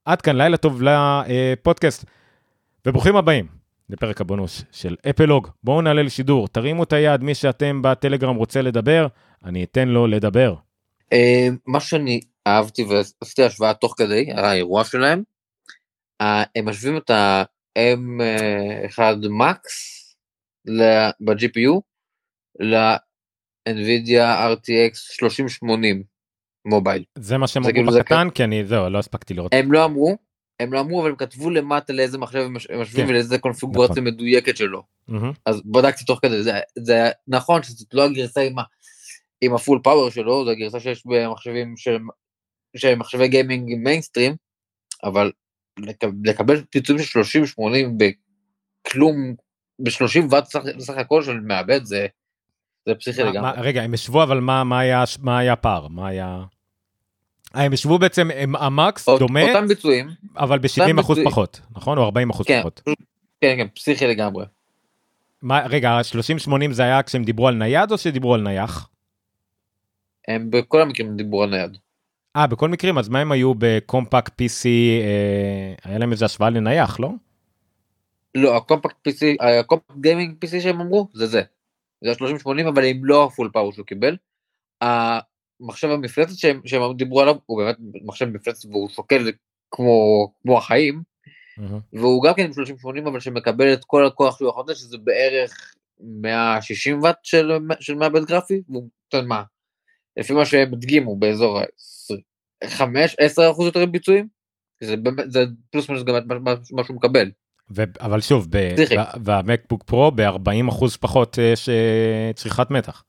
עד כאן, לילה טוב לפודקאסט, וברוכים הבאים לפרק הבונוס של אפלוג. בואו נעלה לשידור, תרימו את היד, מי שאתם בטלגרם רוצה לדבר, אני אתן לו לדבר. מה שאני אהבתי ועשיתי השוואה תוך כדי האירוע שלהם, הם משווים את ה-M1 Max ב-GPU ל-NVIDIA RTX 3080 מובייל. זה מה שהם אמרו בקטן, כי אני לא הספקתי לראות. הם לא אמרו, אבל הם כתבו למטה לאיזה מחשב הם משווים ולאיזה קונפיגורציה מדויקת שלו. אז בדקתי תוך כדי, זה נכון שזאת לא הגרסה עם הפול פאוור שלו, זו הגרסה שיש במחשבים שהם מחשבי גיימינג מיינסטרים, אבל לקבל פיצויים של 30-80 בכלום, ב-30 וואט סך הכל של מעבד, זה פסיכי לגמרי. רגע, הם ישבו, אבל מה היה פער? הם ישבו בעצם, המקס דומה, אותם ביצועים, אבל ב-70% פחות, נכון? או 40% פחות. כן, פסיכי לגמרי. רגע, 30-80 זה היה כשהם דיברו על נייד, או שדיברו על נייח? הם בכל המקרים דיברו על נייד. בכל מקרים, אז מה הם היו בקומפקט PC, היה להם איזה השוואה לנייח, לא? לא, הקומפקט גיימינג PC שהם אמרו, זה 3080, אבל הם לא הפול פאוור שהוא קיבל. המחשב המפלצת שהם דיברו עליו, הוא באמת מחשב מפלצת, והוא שוקל כמו החיים, והוא גם כן עם 3080, אבל שמקבל את כל הכוח שהוא יכול, שזה בערך 160 וואט של מעבד גרפי, והוא נותן מה? לפי מה שהם הדגימו באזור 5-10% יותר ביצועים, זה פלוס מינוס גם מה שהוא מקבל. אבל שוב, והמקבוק פרו ב-40% פחות צריכת מתח.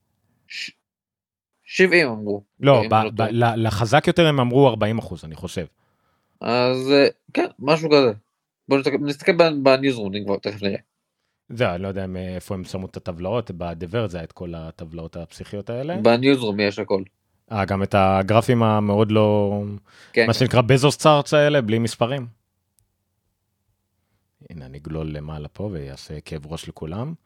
70 אמרו. לא, לחזק יותר הם אמרו 40%, אני חושב. אז כן, משהו כזה. בואו נסתכל בניוזרום, אני כבר תכף נראה. זה, אני לא יודע איפה הם שמו את הטבלאות, בדבר זה את כל הטבלאות הפסיכיות האלה. בניוזרום יש הכל. גם את הגרפים המאוד לא, מה שנקרא בזוס צארטס האלה, בלי מספרים. הנה, אני אגלול למעלה פה ויעשה כאב ראש לכולם.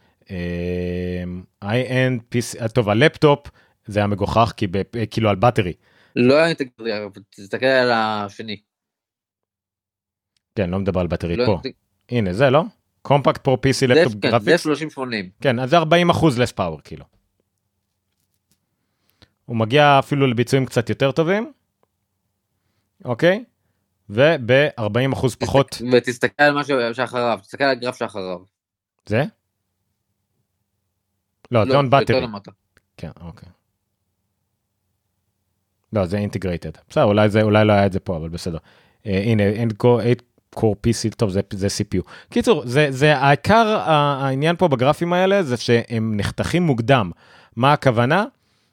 high-end PC, טוב, הלפטופ זה היה מגוחך, כאילו על בטרי. לא היה אינטגרציה, תסתכל על השני. כן, לא מדבר על בטרי פה. הנה, זה לא? קומפקט פרו PC לפטופ גרפיקס. זה 30-80. כן, אז זה 40% לס פאוור, כאילו. הוא מגיע אפילו לביצועים קצת יותר טובים. אוקיי? וב-40% פחות. ותסתכל על מה שאחריו, תסתכל על הגרף שאחריו. זה? לא, זה on battery. כן, אוקיי. לא, זה integrated. בסדר, אולי לא היה את זה פה, אבל בסדר. הנה, 8 core PC, טוב, זה CPU. קיצור, זה העיקר, העניין פה בגרפים האלה, זה שהם נחתכים מוקדם. מה הכוונה?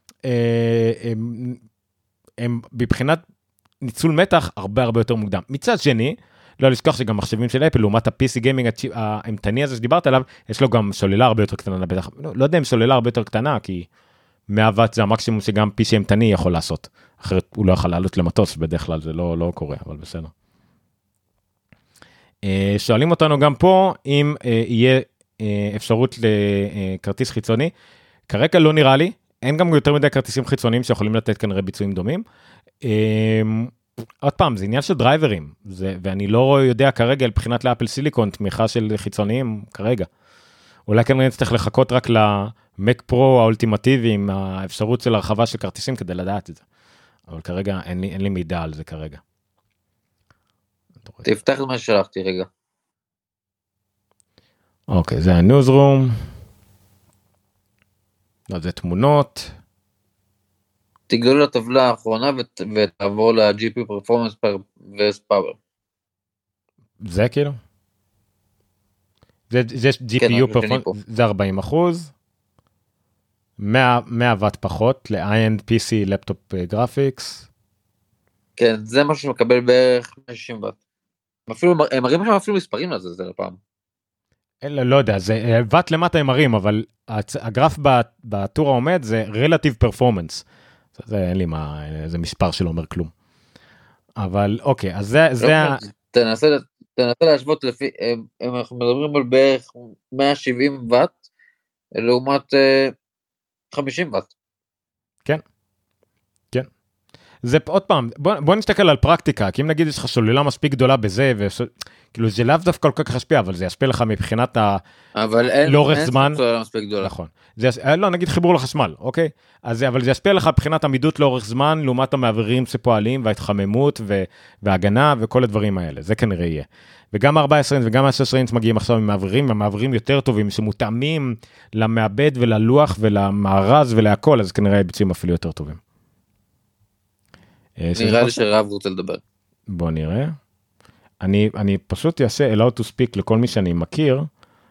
הם בבחינת ניצול מתח הרבה יותר מוקדם. מצד שני, לא לשכוח שגם מחשבים של אפל, לעומת ה-PC גיימינג האימתני הזה שדיברת עליו, יש לו גם סוללה הרבה יותר קטנה, בטח, לא יודע אם סוללה הרבה יותר קטנה, כי 100 וואט זה המקסימום שגם PC אימתני יכול לעשות, אחרת הוא לא יכול לעלות למטוס, בדרך כלל זה לא קורה, אבל בסדר. שואלים אותנו גם פה, אם יהיה אפשרות לכרטיס חיצוני, כרגע לא נראה לי, אין גם יותר מדי כרטיסים חיצוניים שיכולים לתת כנראה ביצועים דומים. עוד פעם, זה עניין של דרייברים, ואני לא יודע כרגע לבחינת לאפל סיליקון, תמיכה של חיצוניים כרגע. אולי כנראה נצטרך לחכות רק למק פרו האולטימטיבי, עם האפשרות של הרחבה של כרטיסים כדי לדעת את זה. אבל כרגע אין לי מידע על זה כרגע. תפתח את מה ששלחתי רגע. אוקיי, זה הניוזרום. זה תמונות. תגדול לטבלה האחרונה ותעבור ל-GPU Performance vs Power. זה כאילו? זה GPU Performance, זה 40%. 100 וואט פחות ל-high-end PC לפטופ גרפיקס. כן, זה משהו שמקבל בערך 160 וואט. הם מראים שם אפילו מספרים לזה, זה לפעם. לא יודע, זה וואט למטה הם מראים, אבל הגרף בטור העומד זה Relative Performance. זה אין לי מה, זה מספר שלא אומר כלום. אבל אוקיי, אז זה תנסה להשוות לפי, אנחנו מדברים על בערך 170 וואט, לעומת 50 וואט. כן, כן. זה עוד פעם, בוא נסתכל על פרקטיקה, כי אם נגיד יש לך שוללה מספיק גדולה בזה, כאילו זה לאו דווקא כל כך ישפיע, אבל זה ישפיע לך מבחינת אבל אין לאורך זמן. סוללה מספיק גדולה. נכון. לא, נגיד חיבור לחשמל, אוקיי? אבל זה ישפיע לך מבחינת עמידות לאורך זמן, לעומת המעברים שפועלים, וההתחממות, וההגנה, וכל הדברים האלה. זה כנראה יהיה. וגם 14 אינץ' וגם 16 אינץ' מגיעים עכשיו עם מעברים יותר טובים, שמותאמים למעבד וללוח ולמארז ולהכל, אז כנראה הביצועים אפילו יותר טובים. נראה לי שרב רוצה לדבר. בוא נראה. אני פשוט אעשה allow to speak לכל מי שאני מכיר,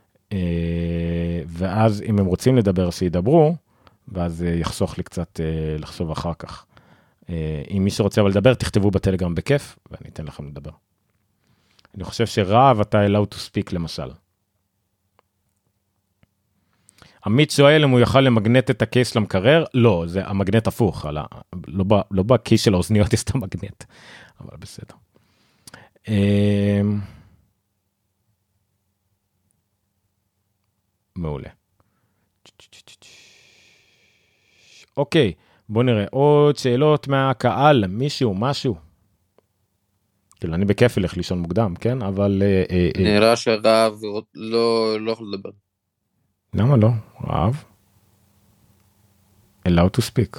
ואז אם הם רוצים לדבר שידברו, ואז יחסוך לי קצת לחשוב אחר כך. אם מי שרוצה אבל לדבר, תכתבו בטלגרם בכיף, ואני אתן לכם לדבר. אני חושב שרב אתה allow to speak למשל. עמית שואל אם הוא יוכל למגנט את הקייס למקרר, לא, זה המגנט הפוך, לא בקייס של האוזניות יש את המגנט, אבל בסדר. מעולה. אוקיי, בוא נראה, עוד שאלות מהקהל, מישהו, משהו. כאילו, אני בכיף אלך לישון מוקדם, כן? אבל... נראה שרב לא יכול לדבר. למה לא? רב? allow to speak.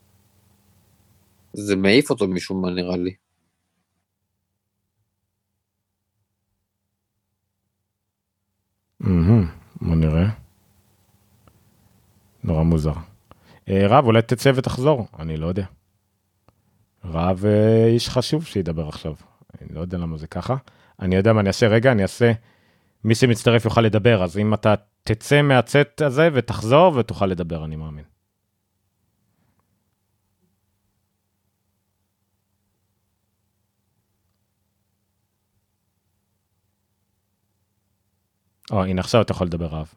זה מעיף אותו משום מה נראה לי. בוא נראה. נורא מוזר. רב, אולי תצא ותחזור, אני לא יודע. רב איש חשוב שידבר עכשיו. אני לא יודע למה זה ככה. אני יודע מה אני אעשה, רגע, אני אעשה, מי שמצטרף יוכל לדבר, אז אם אתה תצא מהצט הזה ותחזור ותוכל לדבר, אני מאמין. הנה עכשיו אתה יכול לדבר רב.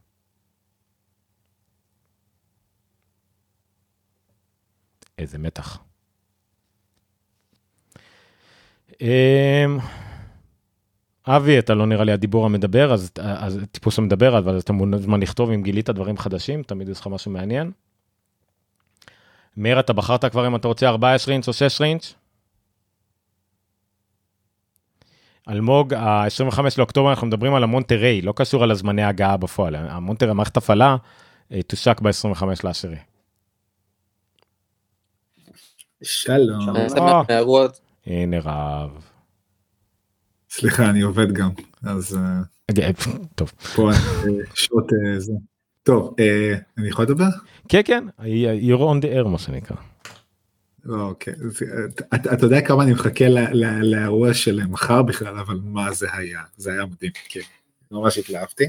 איזה מתח. אבי, אתה לא נראה לי הדיבור המדבר, אז טיפוס המדבר, אבל אתה מוזמן לכתוב אם גילית דברים חדשים, תמיד יש לך משהו מעניין. מאיר, אתה בחרת כבר אם אתה רוצה 14 אינץ' או 16 אינץ'? אלמוג, ה-25 לאוקטובר אנחנו מדברים על המונטריי, לא קשור על הזמני ההגעה בפועל, המונטריי, מערכת הפעלה, תושק ב-25 לעשירי. שלום. הנה רב. סליחה, אני עובד גם, אז... טוב. פה שעות זה. טוב, אני יכול לדבר? כן, כן, you're on the air, מה שנקרא. אוקיי, אתה יודע כמה אני מחכה לאירוע של מחר בכלל, אבל מה זה היה? זה היה מדהים, כן, ממש התלהבתי.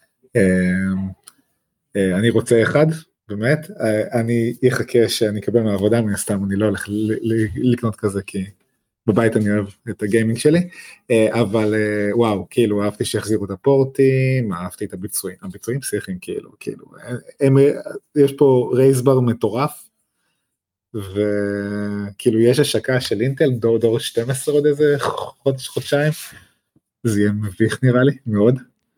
אני רוצה אחד, באמת, אני אחכה שאני אקבל מהעבודה, מן הסתם אני לא הולך לקנות כזה, כי בבית אני אוהב את הגיימינג שלי, אבל וואו, כאילו אהבתי שהחזירו את הפורטים, אהבתי את הביצועים, הביצועים פסיכיים, כאילו, יש פה רייזבר מטורף, וכאילו יש השקה של אינטל, דור 12 עוד איזה חודשיים, זה יהיה מביך נראה לי, מאוד.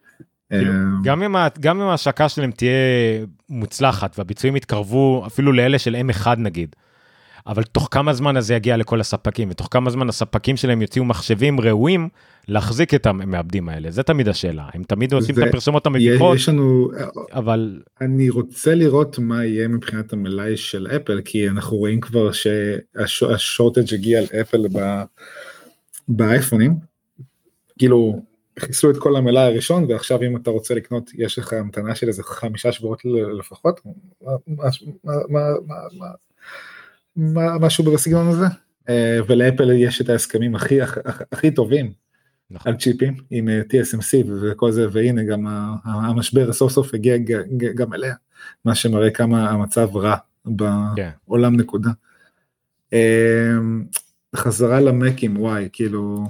גם אם ההשקה שלהם תהיה מוצלחת, והביצועים יתקרבו אפילו לאלה של M1 נגיד, אבל תוך כמה זמן הזה יגיע לכל הספקים, ותוך כמה זמן הספקים שלהם יוציאו מחשבים ראויים להחזיק את המעבדים האלה, זה תמיד השאלה, הם תמיד עושים את הפרסומות המביכות, אבל... אני רוצה לראות מה יהיה מבחינת המלאי של אפל, כי אנחנו רואים כבר שהשורטג' הגיע על אפל באייפונים, כאילו חיסלו את כל המלאי הראשון, ועכשיו אם אתה רוצה לקנות, יש לך המתנה של איזה 5 שבועות לפחות, משהו בסגנון הזה, ולאפל יש את ההסכמים הכי טובים על צ'יפים עם TSMC וכל זה, והנה גם המשבר סוף סוף הגיע גם אליה, מה שמראה כמה המצב רע בעולם נקודה. חזרה למקים, וואי, כאילו,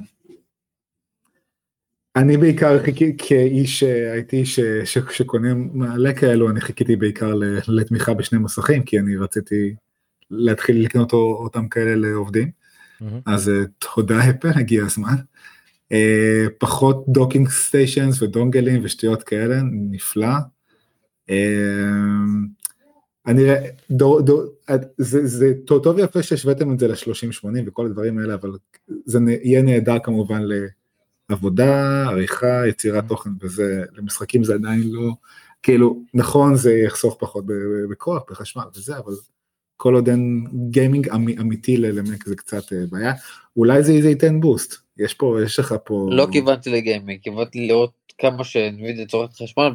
אני בעיקר כאיש הייתי שקונה מעלה כאלו, אני חיכיתי בעיקר לתמיכה בשני מסכים, כי אני רציתי להתחיל לקנות אותם כאלה לעובדים, אז תודה אפל, הגיע הזמן, פחות דוקינג סטיישנס ודונגלים ושטויות כאלה, נפלא, זה טוב ויפה שהשוויתם את זה ל-30-80 וכל הדברים האלה, אבל זה יהיה נהדר כמובן לעבודה, עריכה, יצירת תוכן, וזה, למשחקים זה עדיין לא, כאילו, נכון, זה יחסוך פחות בכוח, בחשמל וזה, אבל כל עוד אין גיימינג אמיתי למק זה קצת בעיה, אולי זה ייתן בוסט, יש לך פה... לא כיוונתי לגיימינג, כיוונתי לראות כמה שנווידיה צורכת חשמל,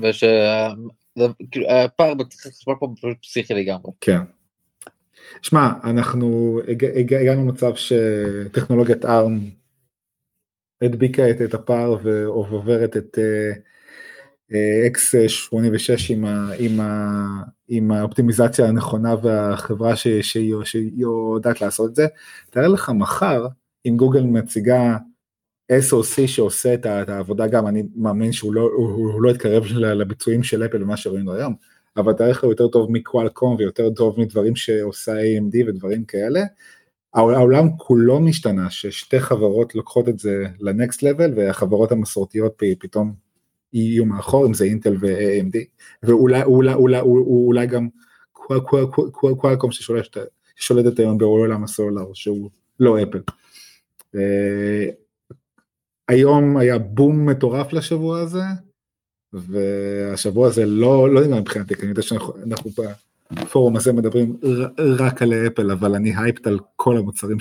והפער בצריכת חשמל פה פשוט פסיכי לגמרי. כן. שמע, אנחנו הגענו למצב שטכנולוגיית ARM הדביקה את הפער ועוברת את x86 עם האופטימיזציה הנכונה והחברה שהיא יודעת לעשות את זה. תאר לך מחר, אם גוגל מציגה SOC שעושה את העבודה גם, אני מאמין שהוא לא יתקרב לביצועים של אפל ומה שראינו היום, אבל תאר לך יותר טוב מקואלקום ויותר טוב מדברים שעושה AMD ודברים כאלה, העולם כולו משתנה, ששתי חברות לוקחות את זה לנקסט לבל, והחברות המסורתיות פתאום יהיו מאחור, אם זה אינטל ו-AMD, ואולי גם קואלקום ששולטת היום בעולם הסולר, שהוא לא אפל. היום היה בום מטורף לשבוע הזה, והשבוע הזה לא נגמר מבחינתי, כי אני יודע שאנחנו בפורום הזה מדברים רק על אפל, אבל אני הייפט על כל המוצרים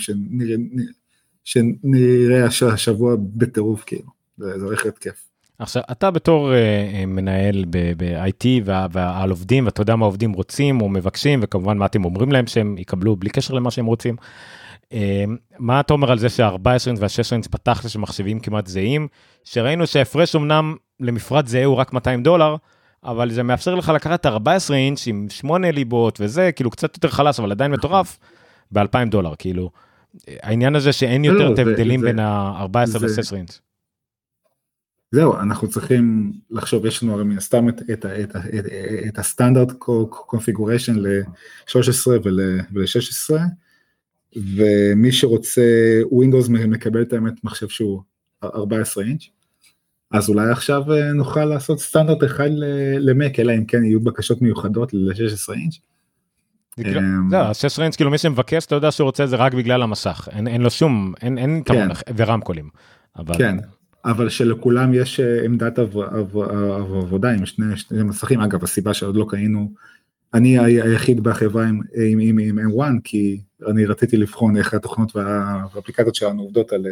שנראה השבוע בטירוף, כאילו, זה הולך להיות כיף. עכשיו, אתה בתור מנהל ב-IT ועל עובדים, ואתה יודע מה עובדים רוצים או מבקשים, וכמובן מה אתם אומרים להם שהם יקבלו בלי קשר למה שהם רוצים, מה אתה אומר על זה שה-14 אינץ' וה-16 אינץ' פתח שמחשבים כמעט זהים, שראינו שההפרש אמנם למפרט זהה הוא רק $200, אבל זה מאפשר לך לקחת 14 אינץ' עם 8 ליבות וזה, כאילו קצת יותר חלש, אבל עדיין מטורף, $2,000, כאילו, העניין הזה שאין יותר את ההבדלים בין ה-14 ו-16 אינץ'. זהו, אנחנו צריכים לחשוב, יש לנו הרי מן הסתם את הסטנדרט קונפיגוריישן ל-13 ול-16, ומי שרוצה, ווינדוס מקבל את האמת מחשב שהוא 14 אינץ', אז אולי עכשיו נוכל לעשות סטנדרט אחד למק, אלא אם כן יהיו בקשות מיוחדות ל-16 אינץ'. זהו, ה-16 אינץ', כאילו מי שמבקש, אתה יודע שהוא רוצה את זה רק בגלל המשך, אין לו שום, אין תמון, ורמקולים. כן. אבל שלכולם יש עמדת עבודה עם שני מסכים, אגב, הסיבה שעוד לא קיינו, אני היחיד בחברה עם M1, כי אני רציתי לבחון איך התוכנות והאפליקציות שלנו עובדות על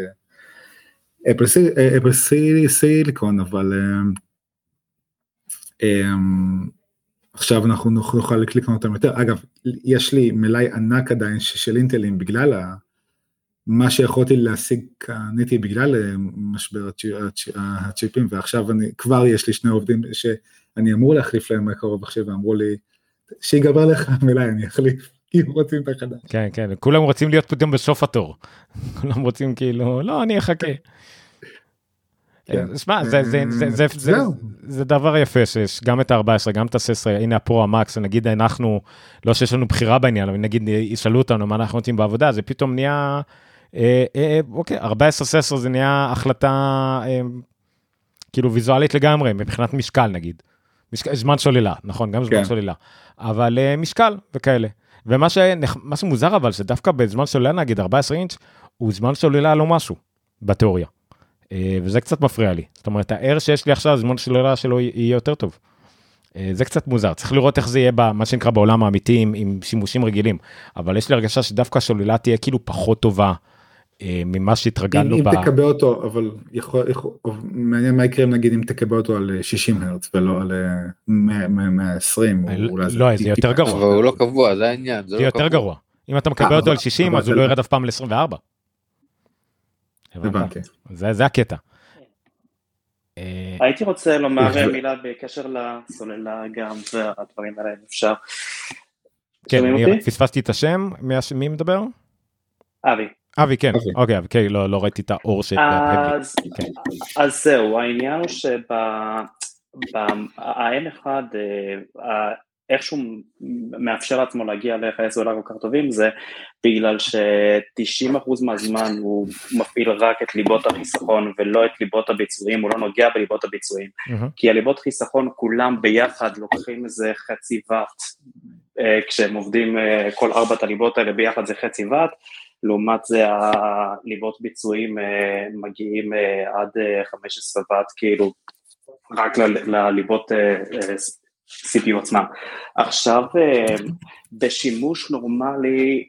אפל סיליקון, אבל עכשיו אנחנו נוכל לקנות אותם יותר. אגב, יש לי מלאי ענק עדיין של אינטלים בגלל מה שיכולתי להשיג קניתי בגלל משבר הצ'יפים, ועכשיו כבר יש לי שני עובדים שאני אמור להחליף להם מהקרוב עכשיו, ואמרו לי, שיגבר לך מלאי, אני אחליף, כי הם רוצים את החדש. כן, כן, כולם רוצים להיות פתאום בסוף התור, כולם רוצים כאילו, לא, אני אחכה. שמע, זה דבר יפה, שיש גם את ה-14, גם את ה-16, הנה הפרו המקס, נגיד אנחנו, לא שיש לנו בחירה בעניין, אבל נגיד ישאלו אותנו מה אנחנו רוצים בעבודה, זה פתאום נהיה, אוקיי, 14-16 זה נהיה החלטה כאילו ויזואלית לגמרי, מבחינת משקל נגיד, זמן שוללה, נכון, גם זמן שוללה, אבל משקל וכאלה, ומה שמוזר אבל, שדווקא בזמן שוללה נגיד 14 אינץ', הוא זמן שוללה לא משהו, בתיאוריה. וזה קצת מפריע לי, זאת אומרת, הער שיש לי עכשיו, זמן שוללה שלו יהיה יותר טוב. זה קצת מוזר, צריך לראות איך זה יהיה מה שנקרא בעולם האמיתי עם שימושים רגילים, אבל יש לי הרגשה שדווקא השוללה תהיה כאילו פחות טובה ממה שהתרגלנו. אם תקבל אותו, אבל מעניין מה יקרה נגיד אם תקבל אותו על 60 הרץ ולא על 120. לא, זה יותר גרוע. אבל הוא לא קבוע, זה העניין. זה יותר גרוע. אם אתה מקבל אותו על 60, אז הוא לא ירד אף פעם ל-24. זה הקטע. הייתי רוצה לומר מילה בקשר לסוללה גם והדברים האלה אפשר. כן, אני פספסתי את השם, מי מדבר? אבי, כן, אוקיי, לא ראיתי את האור של... אז זהו, העניין הוא שה-M1 איכשהו מאפשר לעצמו להגיע לחיי סוללה כל כך טובים, זה בגלל ש90% מהזמן הוא מפעיל רק את ליבות החיסכון ולא את ליבות הביצועים, הוא לא נוגע בליבות הביצועים, כי הליבות חיסכון כולם ביחד לוקחים איזה חצי וואט כשהם עובדים כל 4 הליבות האלה ביחד זה חצי וואט, לעומת זה הליבות ביצועים מגיעים עד 15 וואט, כאילו רק לליבות CPU עצמם. עכשיו, בשימוש נורמלי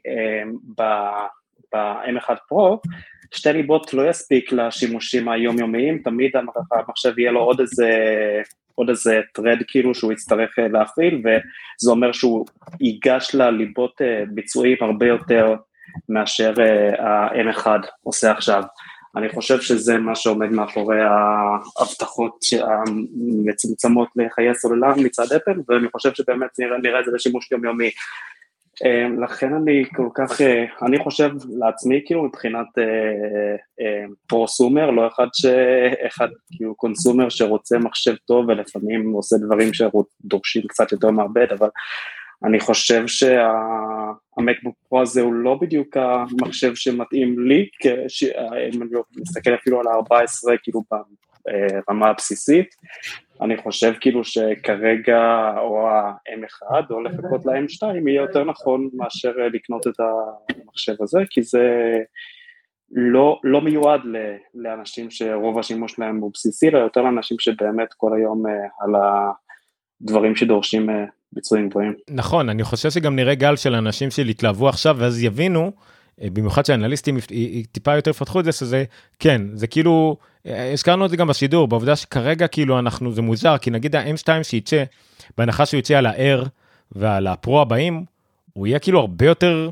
ב-M1 Pro, 2 ליבות לא יספיק לשימושים היומיומיים, תמיד המחשב יהיה לו עוד איזה טרד כאילו שהוא יצטרך להפעיל, וזה אומר שהוא ייגש לליבות ביצועים הרבה יותר מאשר ה-M1 עושה עכשיו. אני חושב שזה מה שעומד מאחורי ההבטחות המצומצמות לחיי סוללה מצד אפל, ואני חושב שבאמת נראה את זה בשימוש יומיומי. לכן אני כל כך, אני חושב לעצמי כאילו מבחינת פרוסומר, לא אחד כאילו קונסומר שרוצה מחשב טוב ולפעמים עושה דברים שדורשים קצת יותר מעבד, אבל אני חושב שהמקבוק פרו הזה הוא לא בדיוק המחשב שמתאים לי, אם אני מסתכל אפילו על ה-14 כאילו ברמה הבסיסית, אני חושב כאילו שכרגע או ה-M1 או לחכות ל-M2 יהיה יותר נכון מאשר לקנות את המחשב הזה, כי זה לא מיועד לאנשים שרוב השימוש שלהם הוא בסיסי, אלא יותר לאנשים שבאמת כל היום על הדברים שדורשים ביצועים גבוהים. נכון, אני חושב שגם נראה גל של אנשים שיתלהבו עכשיו, ואז יבינו, במיוחד שהאנליסטים טיפה יותר יפתחו את זה, שזה, כן, זה כאילו, הזכרנו את זה גם בשידור, בעובדה שכרגע כאילו זה מוזר, כי נגיד ה-M2 שיצא, בהנחה שהוא יצא על ה-R ועל הפרו הבאים, הוא יהיה כאילו הרבה יותר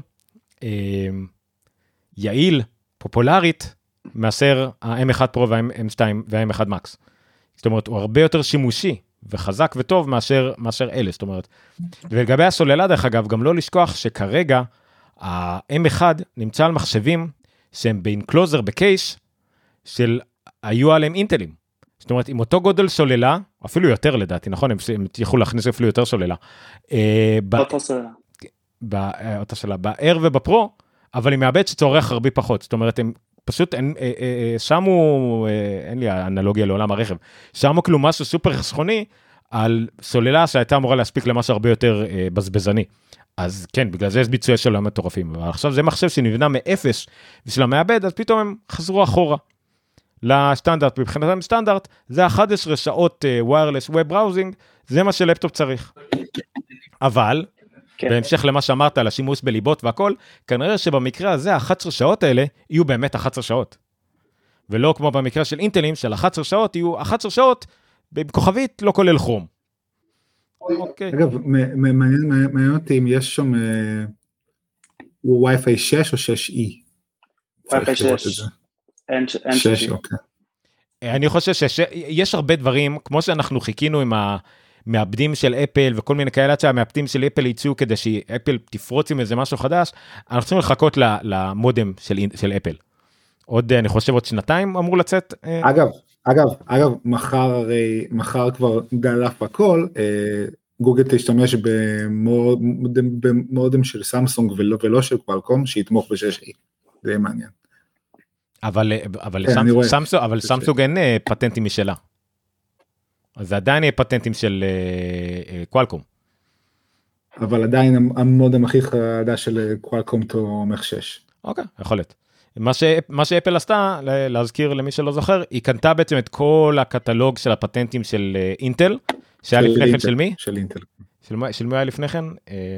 יעיל, פופולרית, מאשר ה-M1 פרו וה-M2 וה-M1 Max. זאת אומרת, הוא הרבה יותר שימושי, וחזק וטוב מאשר אלה, זאת אומרת. ולגבי הסוללה, דרך אגב, גם לא לשכוח שכרגע, ה-M1 נמצא על מחשבים שהם באינקלוזר, בקייש, היו עליהם אינטלים. זאת אומרת, עם אותו גודל סוללה, אפילו יותר לדעתי, נכון? הם יכולו להכניס אפילו יותר סוללה. אותו סוללה. אותה סוללה, ב-R ובפרו, אבל היא מאבד שצורך הרבה פחות. זאת אומרת, הם פשוט שמו, אין לי אנלוגיה לעולם הרכב, שמו כאילו משהו סופר חסכוני, על סוללה שהייתה אמורה להספיק למשהו הרבה יותר בזבזני. אז כן, בגלל זה יש ביצועי שלהם מטורפים. אבל עכשיו זה מחשב שנבנה מאפס בשביל המעבד, אז פתאום הם חזרו אחורה לסטנדרט. מבחינתם סטנדרט, זה 11 שעות wireless web browsing, זה מה שלפטופ צריך. אבל, בהמשך למה שאמרת על השימוש בליבות והכל, כנראה שבמקרה הזה, ה-11 שעות האלה יהיו באמת 11 שעות. ולא כמו במקרה של אינטלים, של 11 שעות, יהיו 11 שעות בכוכבית, לא כולל כרום. אגב, מעניין אותי אם יש שם וי-פיי 6 או 6E. וי-פיי 6. אין 6, אוקיי. אני חושב שיש הרבה דברים, כמו שאנחנו חיכינו עם המעבדים של אפל וכל מיני כאלה, שהמעבדים של אפל ייצאו כדי שאפל תפרוץ עם איזה משהו חדש, אנחנו צריכים לחכות למודם של אפל. עוד, אני חושב, עוד 2 אמור לצאת. אגב, מחר כבר דלף הכל, גוגל תשתמש במודם של סמסונג ולא של קוואלקום, שיתמוך ב6E. זה יהיה מעניין. אבל סמסונג אין פטנטים משלה. אז זה עדיין יהיה פטנטים של קוואלקום. אבל עדיין המודם הכי חדש של קוואלקום תומך 6. אוקיי, יכול להיות. מה שאפל עשתה, להזכיר למי שלא זוכר, היא קנתה בעצם את כל הקטלוג של הפטנטים של אינטל, שהיה לפני כן של מי? של אינטל. של מי היה לפני כן?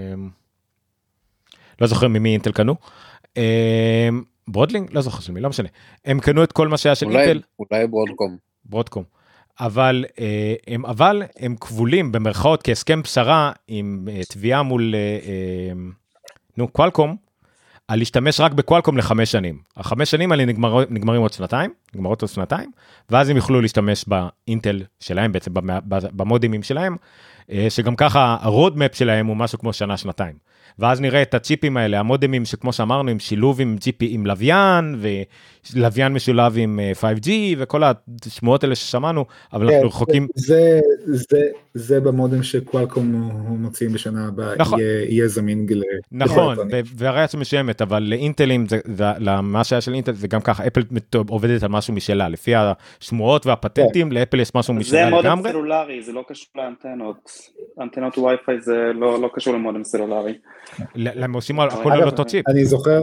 לא זוכר ממי אינטל קנו. ברודלינג? לא זוכר של מי, לא משנה. הם קנו את כל מה שהיה של אינטל. אולי ברודקום. אבל הם כבולים במרכאות כהסכם פשרה עם תביעה מול קוואלקום, על להשתמש רק בקוואלקום ל5 שנים. ה5 שנים האלה נגמרים עוד שנתיים, ואז הם יוכלו להשתמש באינטל שלהם, בעצם במודימים שלהם, שגם ככה הרודמפ שלהם הוא משהו כמו שנה-שנתיים. ואז נראה את הצ'יפים האלה, המודמים שכמו שאמרנו, עם שילוב עם עם לוויין, ולוויין משולב עם 5G, וכל השמועות האלה ששמענו, אבל אנחנו רחוקים. זה במודם שקוואלקום מוציאים בשנה הבאה, יהיה זמין גיל. נכון, והריאציה משיימת, אבל לאינטלים, למה שהיה של אינטל, זה גם ככה, אפל עובדת על משהו משלה, לפי השמועות והפטנטים, לאפל יש משהו משלה לגמרי. זה מודם סלולרי, זה לא קשור לאנטנות, אנטנות וי-פיי זה לא קשור למודם סלולרי. להם עושים הכל על אותו צ'יפ. אני זוכר,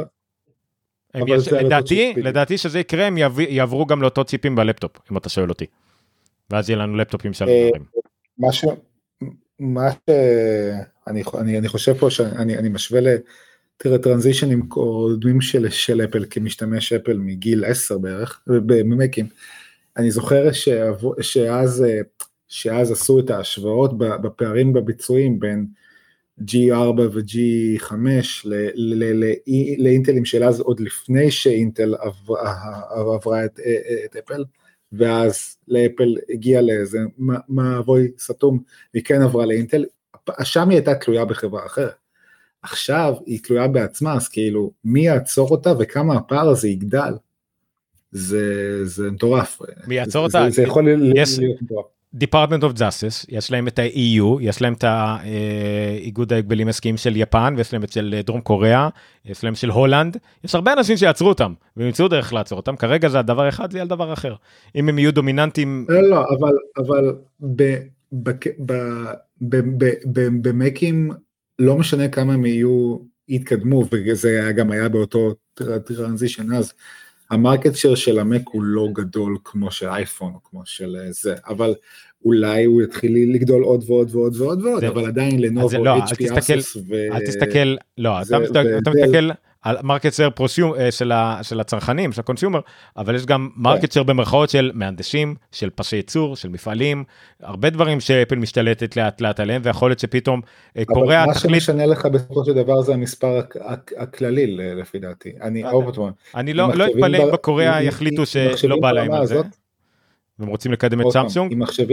לדעתי שזה יקרה, הם יעברו גם לאותו ציפים בלפטופ, אם אתה שואל אותי. ואז יהיה לנו לפטופים של דברים. אני חושב פה שאני משווה טרנזישנים קודמים של אפל, כמשתמש אפל מגיל 10 בערך, במקים. אני זוכר שאז עשו את ההשוואות בפערים בביצועים בין G4 ו-G5 לאינטלים של אז, עוד לפני שאינטל עברה את אפל, ואז לאפל הגיע לאיזה מעבוי סתום, היא כן עברה לאינטל, שם היא הייתה תלויה בחברה אחרת. עכשיו היא תלויה בעצמה, אז כאילו, מי יעצור אותה וכמה הפער הזה יגדל? זה מטורף. מי יעצור אותה? זה יכול להיות מטורף. Department of Justice, יש להם את ה-EU, יש להם את האיגוד ההגבלים עסקיים של יפן, ויש להם את של דרום קוריאה, יש להם של הולנד, יש הרבה אנשים שיעצרו אותם, והם ימצאו דרך לעצור אותם, כרגע זה הדבר אחד, זה יהיה דבר אחר. אם הם יהיו דומיננטים... לא, אבל במקים, לא משנה כמה הם יהיו, יתקדמו, וזה גם היה באותו טרנזישן אז, המרקט שייר של המק הוא לא גדול כמו של אייפון או כמו של זה, אבל אולי הוא יתחיל לגדול עוד ועוד ועוד ועוד ועוד, אבל עדיין לנובו, HP, אסוס אל תסתכל, לא, אתה מסתכל על מרקט שייר של הצרכנים, של הקונסיומר, אבל יש גם מרקט שייר במרכאות של מהנדשים, של פסי ייצור, של מפעלים, הרבה דברים שאפל משתלטת לאט לאט עליהם, ויכול להיות שפתאום קוריאה אבל מה שמשנה לך בסופו של דבר זה המספר הכללי לפי דעתי, אני לא אתפלא אם בקוריאה יחליטו שלא בא להם על זה, והם רוצים לקדם את סמסונג.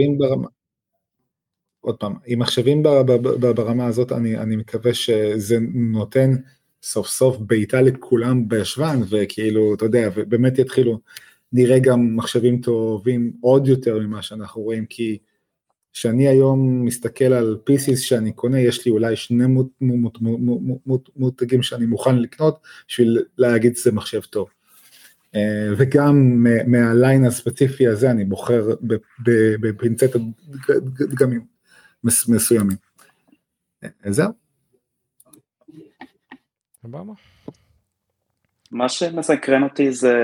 עוד פעם, אם מחשבים ברמה הזאת, אני מקווה שזה נותן סוף סוף בעיטה לכולם בישבן, וכאילו, אתה יודע, ובאמת יתחילו, נראה גם מחשבים טובים עוד יותר ממה שאנחנו רואים, כי שאני היום מסתכל על PCs שאני קונה, יש לי אולי 2 מותגים שאני מוכן לקנות, בשביל להגיד שזה מחשב טוב. וגם מהליין הספציפי הזה, אני בוחר בפינצטת דגמים מסוימים. זהו. מה שמסקרן אותי זה,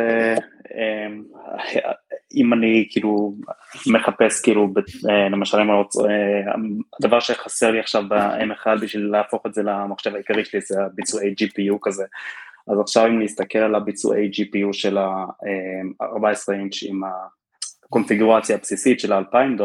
אם אני כאילו מחפש כאילו, למשל, הדבר שחסר לי עכשיו ב-M1 בשביל להפוך את זה למחשב העיקרי שלי, זה הביצועי GPU כזה, אז עכשיו אם נסתכל על הביצועי GPU של ה-14 אינץ' עם הקונפיגורציה הבסיסית של $2,000,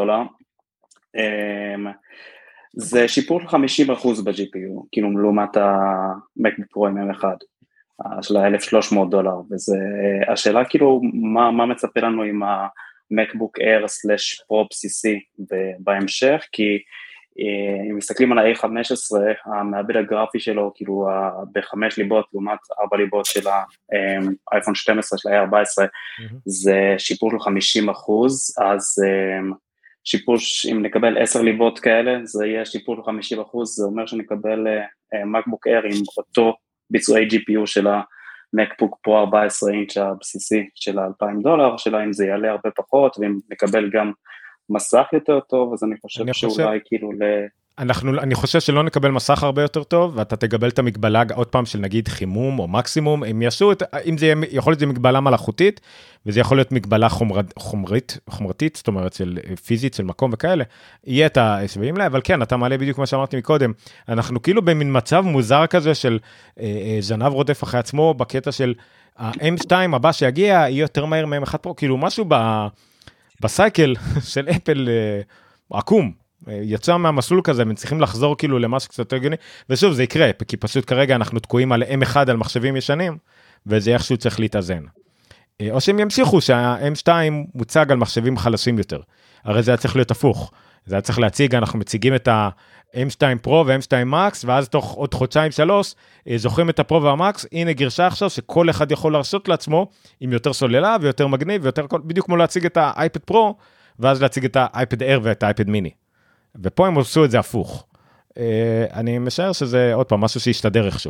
זה שיפור של 50% ב-GPU, כאילו לעומת ה-MacBook Pro עם M1, של $1,300, וזה, השאלה כאילו, מה מצפה לנו עם ה-MacBook Air/Pro בסיסי בהמשך, כי אם מסתכלים על ה-A15, המעבד הגרפי שלו, כאילו ב5 ליבות, לעומת 4 ליבות של האייפון 12 של ה-A14, זה שיפור של 50%, אז שיפור, אם נקבל 10 ליבות כאלה, זה יהיה שיפור של 50%, זה אומר שנקבל MacBook Air עם אותו ביצועי GPU של ה-MacBook Pro 14 אינץ' הבסיסי של $2,000, השאלה אם זה יעלה הרבה פחות, ואם נקבל גם מסך יותר טוב, אז אני חושב שאולי כאילו אני חושב שלא נקבל מסך הרבה יותר טוב, ואתה תקבל את המגבלה עוד פעם של נגיד חימום או מקסימום, אם יעשו את, אם זה יכול להיות זה מגבלה מלאכותית, וזה יכול להיות מגבלה חומרתית, זאת אומרת של פיזית, של מקום וכאלה, יהיה את השווים לה, אבל כן, אתה מעלה בדיוק מה שאמרתי מקודם, אנחנו כאילו במין מצב מוזר כזה של זנב רודף אחרי עצמו, בקטע של ה-M2 הבא שיגיע, יהיה יותר מהר מ-M1 Pro, כאילו משהו בסייקל של אפל עקום, יצא מהמסלול כזה, הם צריכים לחזור כאילו למשהו קצת יותר גני, ושוב זה יקרה, כי פשוט כרגע אנחנו תקועים על M1 על מחשבים ישנים, וזה איכשהו צריך להתאזן. או שהם ימשיכו שה-M2 מוצג על מחשבים חלשים יותר, הרי זה היה צריך להיות הפוך, זה היה צריך להציג, אנחנו מציגים את ה-M2 Pro ו-M2 Max, ואז תוך עוד חודשיים 3, זוכרים את ה-Pro וה-Max, הנה גרשה עכשיו שכל אחד יכול להרשות לעצמו, עם יותר סוללה ויותר מגניב, ויותר, בדיוק כמו להציג את ה-iPad Pro, ואז להציג את ה-iPad Air ואת ה-iPad Mini. ופה הם עשו את זה הפוך. אני משער שזה עוד פעם משהו שישתדר איכשהו.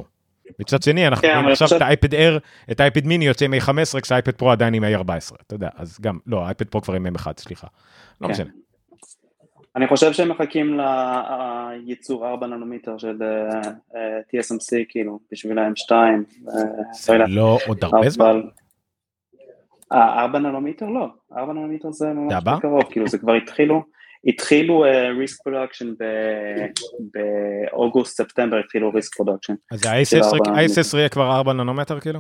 מצד שני, אנחנו רואים עכשיו את האייפד אייר, את האייפד מיני יוצא עם A15, כשהאייפד פרו עדיין עם A14, אתה יודע, אז גם, לא, האייפד פרו כבר עם M1, סליחה, לא משנה. אני חושב שהם מחכים לייצור 4 ננומטר של TSMC, כאילו, בשביל ה-M2. זה לא עוד הרבה זמן? 4 ננומטר לא, 4 ננומטר זה ממש בקרוב, כאילו זה כבר התחילו risk production באוגוסט, ספטמבר התחילו risk production. אז ה-A16 יהיה כבר 4 ננומטר כאילו?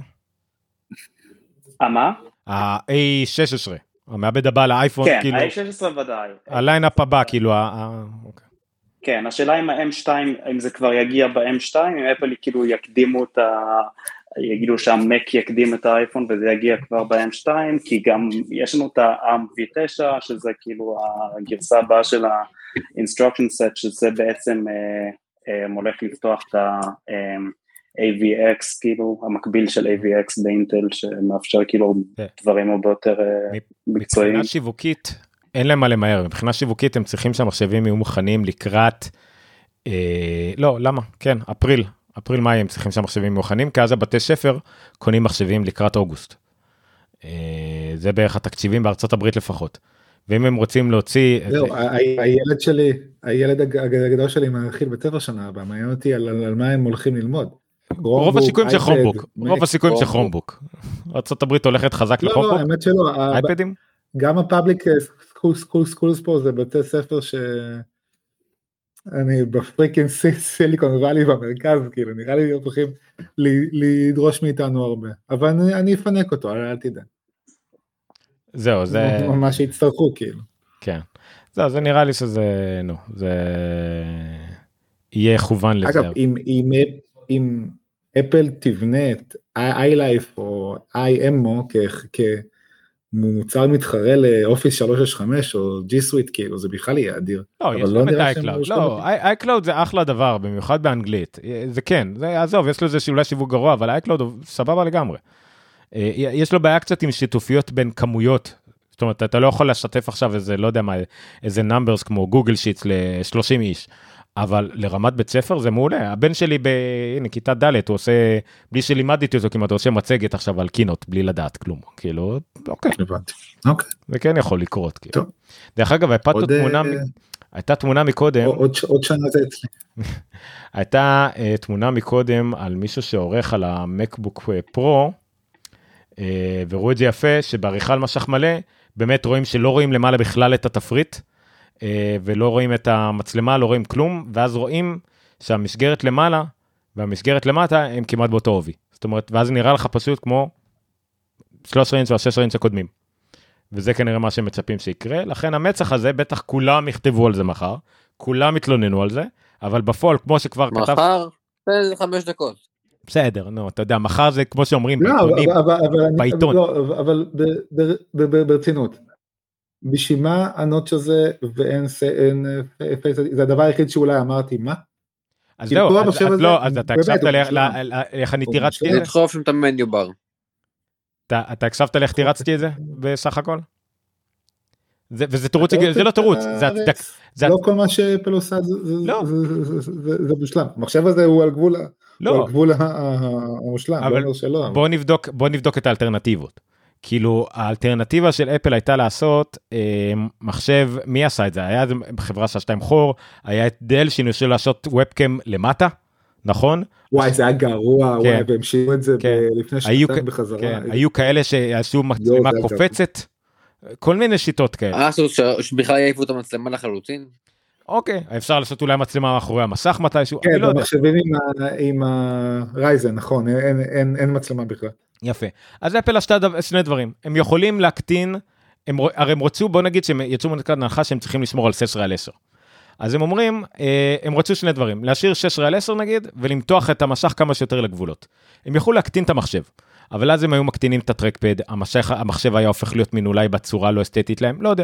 מה? ה-A16, המעבד הבא לאייפון כאילו? כן, ה-A16 ודאי. הליינאפ הבא כאילו, כן, השאלה אם ה-M2, אם זה כבר יגיע ב-M2, אם אפל כאילו יקדימו את יגידו שהמק יקדים את האייפון וזה יגיע כבר ב-M2, כי גם יש לנו את ה-ARM V9, שזה כאילו הגרסה הבאה של ה-instruction set, שזה בעצם הולך לפתוח את ה-AVX, כאילו המקביל של AVX באינטל, שמאפשר כאילו דברים הרבה יותר מקצועיים. מבחינה שיווקית, אין להם מה למהר, מבחינה שיווקית הם צריכים שהמחשבים יהיו מוכנים לקראת, לא, למה? כן, אפריל מאי הם צריכים שהמחשבים מוכנים, כי אז הבתי ספר קונים מחשבים לקראת אוגוסט. זה בערך התקציבים בארצות הברית לפחות. ואם הם רוצים להוציא... הילד הגדול שלי מתחיל בית ספר שנה הבאה, מעניין אותי על מה הם הולכים ללמוד. רוב הסיכויים של כרומבוק. רוב הסיכויים של כרומבוק. ארצות הברית הולכת חזק לכרומבוק? לא, האמת שלא. אייפדים? גם הפאבליק סקולס פה זה בתי ספר ש... אני בפריקין סיליקון ואלי במרכז, כאילו, נראה לי הולכים לדרוש מאיתנו הרבה, אבל אני אפנק אותו, אל תדע. זהו, זה... ממש יצטרכו, כאילו. כן. זהו, זה נראה לי שזה, נו, זה... יהיה כוון לזה. אגב, אם אפל תבנה את iLife או iMO מוצר מתחרה לאופיס 365 או G Suite, כאילו, זה בכלל יהיה אדיר. לא, יש להם את iCloud. לא, iCloud זה אחלה דבר, במיוחד באנגלית. זה כן, זה עזוב, יש לו איזה אולי שיווק גרוע, אבל iCloud הוא סבבה לגמרי. יש לו בעיה קצת עם שיתופיות בין כמויות, זאת אומרת, אתה לא יכול לשתף עכשיו איזה, לא יודע מה, איזה נאמברס כמו גוגל שיטס ל-30 איש, אבל לרמת בית ספר זה מעולה. הבן שלי בכיתה ד' הוא עושה, בלי שלימדתי אותו כמעט, הוא עושה מצגת עכשיו על קינות, בלי לדעת כלום. כאילו, אוקיי. זה כן יכול לקרות. כאילו. דרך אגב, הייתה תמונה מקודם. עוד שנה זה אצלי. הייתה תמונה מקודם על מישהו שעורך על המקבוק פרו, וראו את זה יפה, שבעריכה על משך מלא, באמת רואים שלא רואים למעלה בכלל את התפריט, ולא רואים את המצלמה, לא רואים כלום, ואז רואים שהמשגרת למעלה, והמשגרת למטה, הם כמעט באותו עובי. זאת אומרת, ואז נראה לך פשוט כמו 13 אינץ' או 6 אינץ' הקודמים. וזה כנראה מה שהם מצפים שיקרה, לכן המצח הזה, בטח כולם יכתבו על זה מחר, כולם יתלוננו על זה, אבל בפועל, כמו שכבר כתב... מחר, זה 5 דקות. בסדר, נו, אתה יודע, מחר זה כמו שאומרים, בעיתון. אבל ברצינות. בשביל מה הנוטש הזה ואין זה הדבר היחיד שאולי אמרתי, מה? אז זהו, אז אתה הקשבת איך אני תירצתי את זה? לדחוף שם את המניו בר. אתה הקשבת לאיך תירצתי את זה בסך הכל? וזה תירוץ, זה לא תירוץ. לא כל מה שאפל עושה זה מושלם. המחשב הזה הוא על גבול המושלם. בוא נבדוק את האלטרנטיבות. כאילו, האלטרנטיבה של אפל הייתה לעשות מחשב, מי עשה את זה? היה חברה שעשתה עם חור, היה את דל שניסו לעשות ובקאם למטה, נכון? וואי, זה היה גרוע, והם שינו את זה לפני שנתיים בחזרה. היו כאלה שעשו מצלמה קופצת, כל מיני שיטות כאלה. שבכלל יעיפו את המצלמה לחלוטין? אוקיי, אפשר לעשות אולי מצלמה מאחורי המסך מתישהו, כן, המחשבים עם הרייזן, נכון, אין מצלמה בכלל. יפה. אז אפל עשתה שני דברים. הם יכולים להקטין, הרי הם רצו, בוא נגיד שהם יצאו מנקודת הנחה שהם צריכים לשמור על 16 על 10. אז הם אומרים, הם רצו שני דברים, להשאיר 16 על 10 נגיד, ולמתוח את המשך כמה שיותר לגבולות. הם יכולו להקטין את המחשב, אבל אז הם היו מקטינים את הטרקפד, המחשב היה הופך להיות מין אולי בצורה לא אסתטית להם, לא יודע.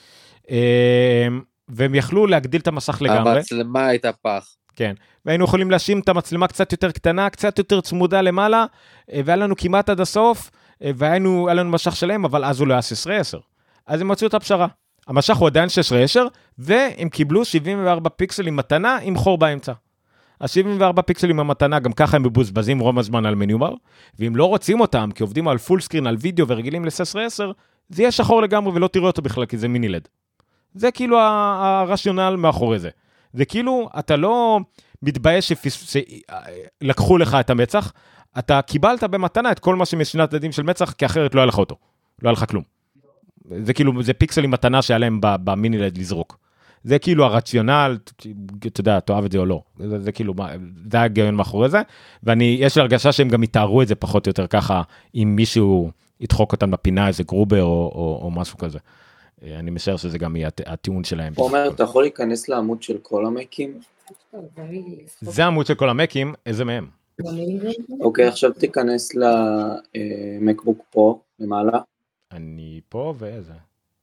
והם יכלו להגדיל את המסך לגמרי. המצלמה הייתה פח. כן, והיינו יכולים להשים את המצלמה קצת יותר קטנה, קצת יותר צמודה למעלה, והיה לנו כמעט עד הסוף, והיה לנו משך שלם, אבל אז הוא לא היה 16-10. אז הם מצאו את הפשרה. המשך הוא עדיין 16-10, והם קיבלו 74 פיקסלים מתנה עם חור באמצע. ה-74 פיקסלים במתנה, גם ככה הם מבוזבזים רוב הזמן על מניו בר, ואם לא רוצים אותם, כי עובדים על פול סקרין, על וידאו ורגילים ל-16-10, זה יהיה שחור לגמרי ולא תראו אותו בכלל, כי זה מיני לד. זה כאילו הרציונל מאחורי זה. זה כאילו, אתה לא מתבייש שלקחו לך את המצח, אתה קיבלת במתנה את כל מה שמשני הצדדים של מצח, כי אחרת לא היה לך אותו. לא היה לך כלום. זה כאילו, זה פיקסלים מתנה שהיה להם במיני לד לזרוק. זה כאילו הרציונל, אתה יודע, תאהב את זה או לא. זה כאילו, זה ההיגיון מאחורי זה, יש לי הרגשה שהם גם יתארו את זה פחות או יותר ככה, אם מישהו ידחוק אותם בפינה, איזה גרובר או משהו כזה. אני משער שזה גם יהיה הטיעון שלהם. עומר, אתה יכול להיכנס לעמוד של כל המקים? זה העמוד של כל המקים, איזה מהם? אוקיי, עכשיו תיכנס למקבוק פרו, למעלה. אני פה ואיזה?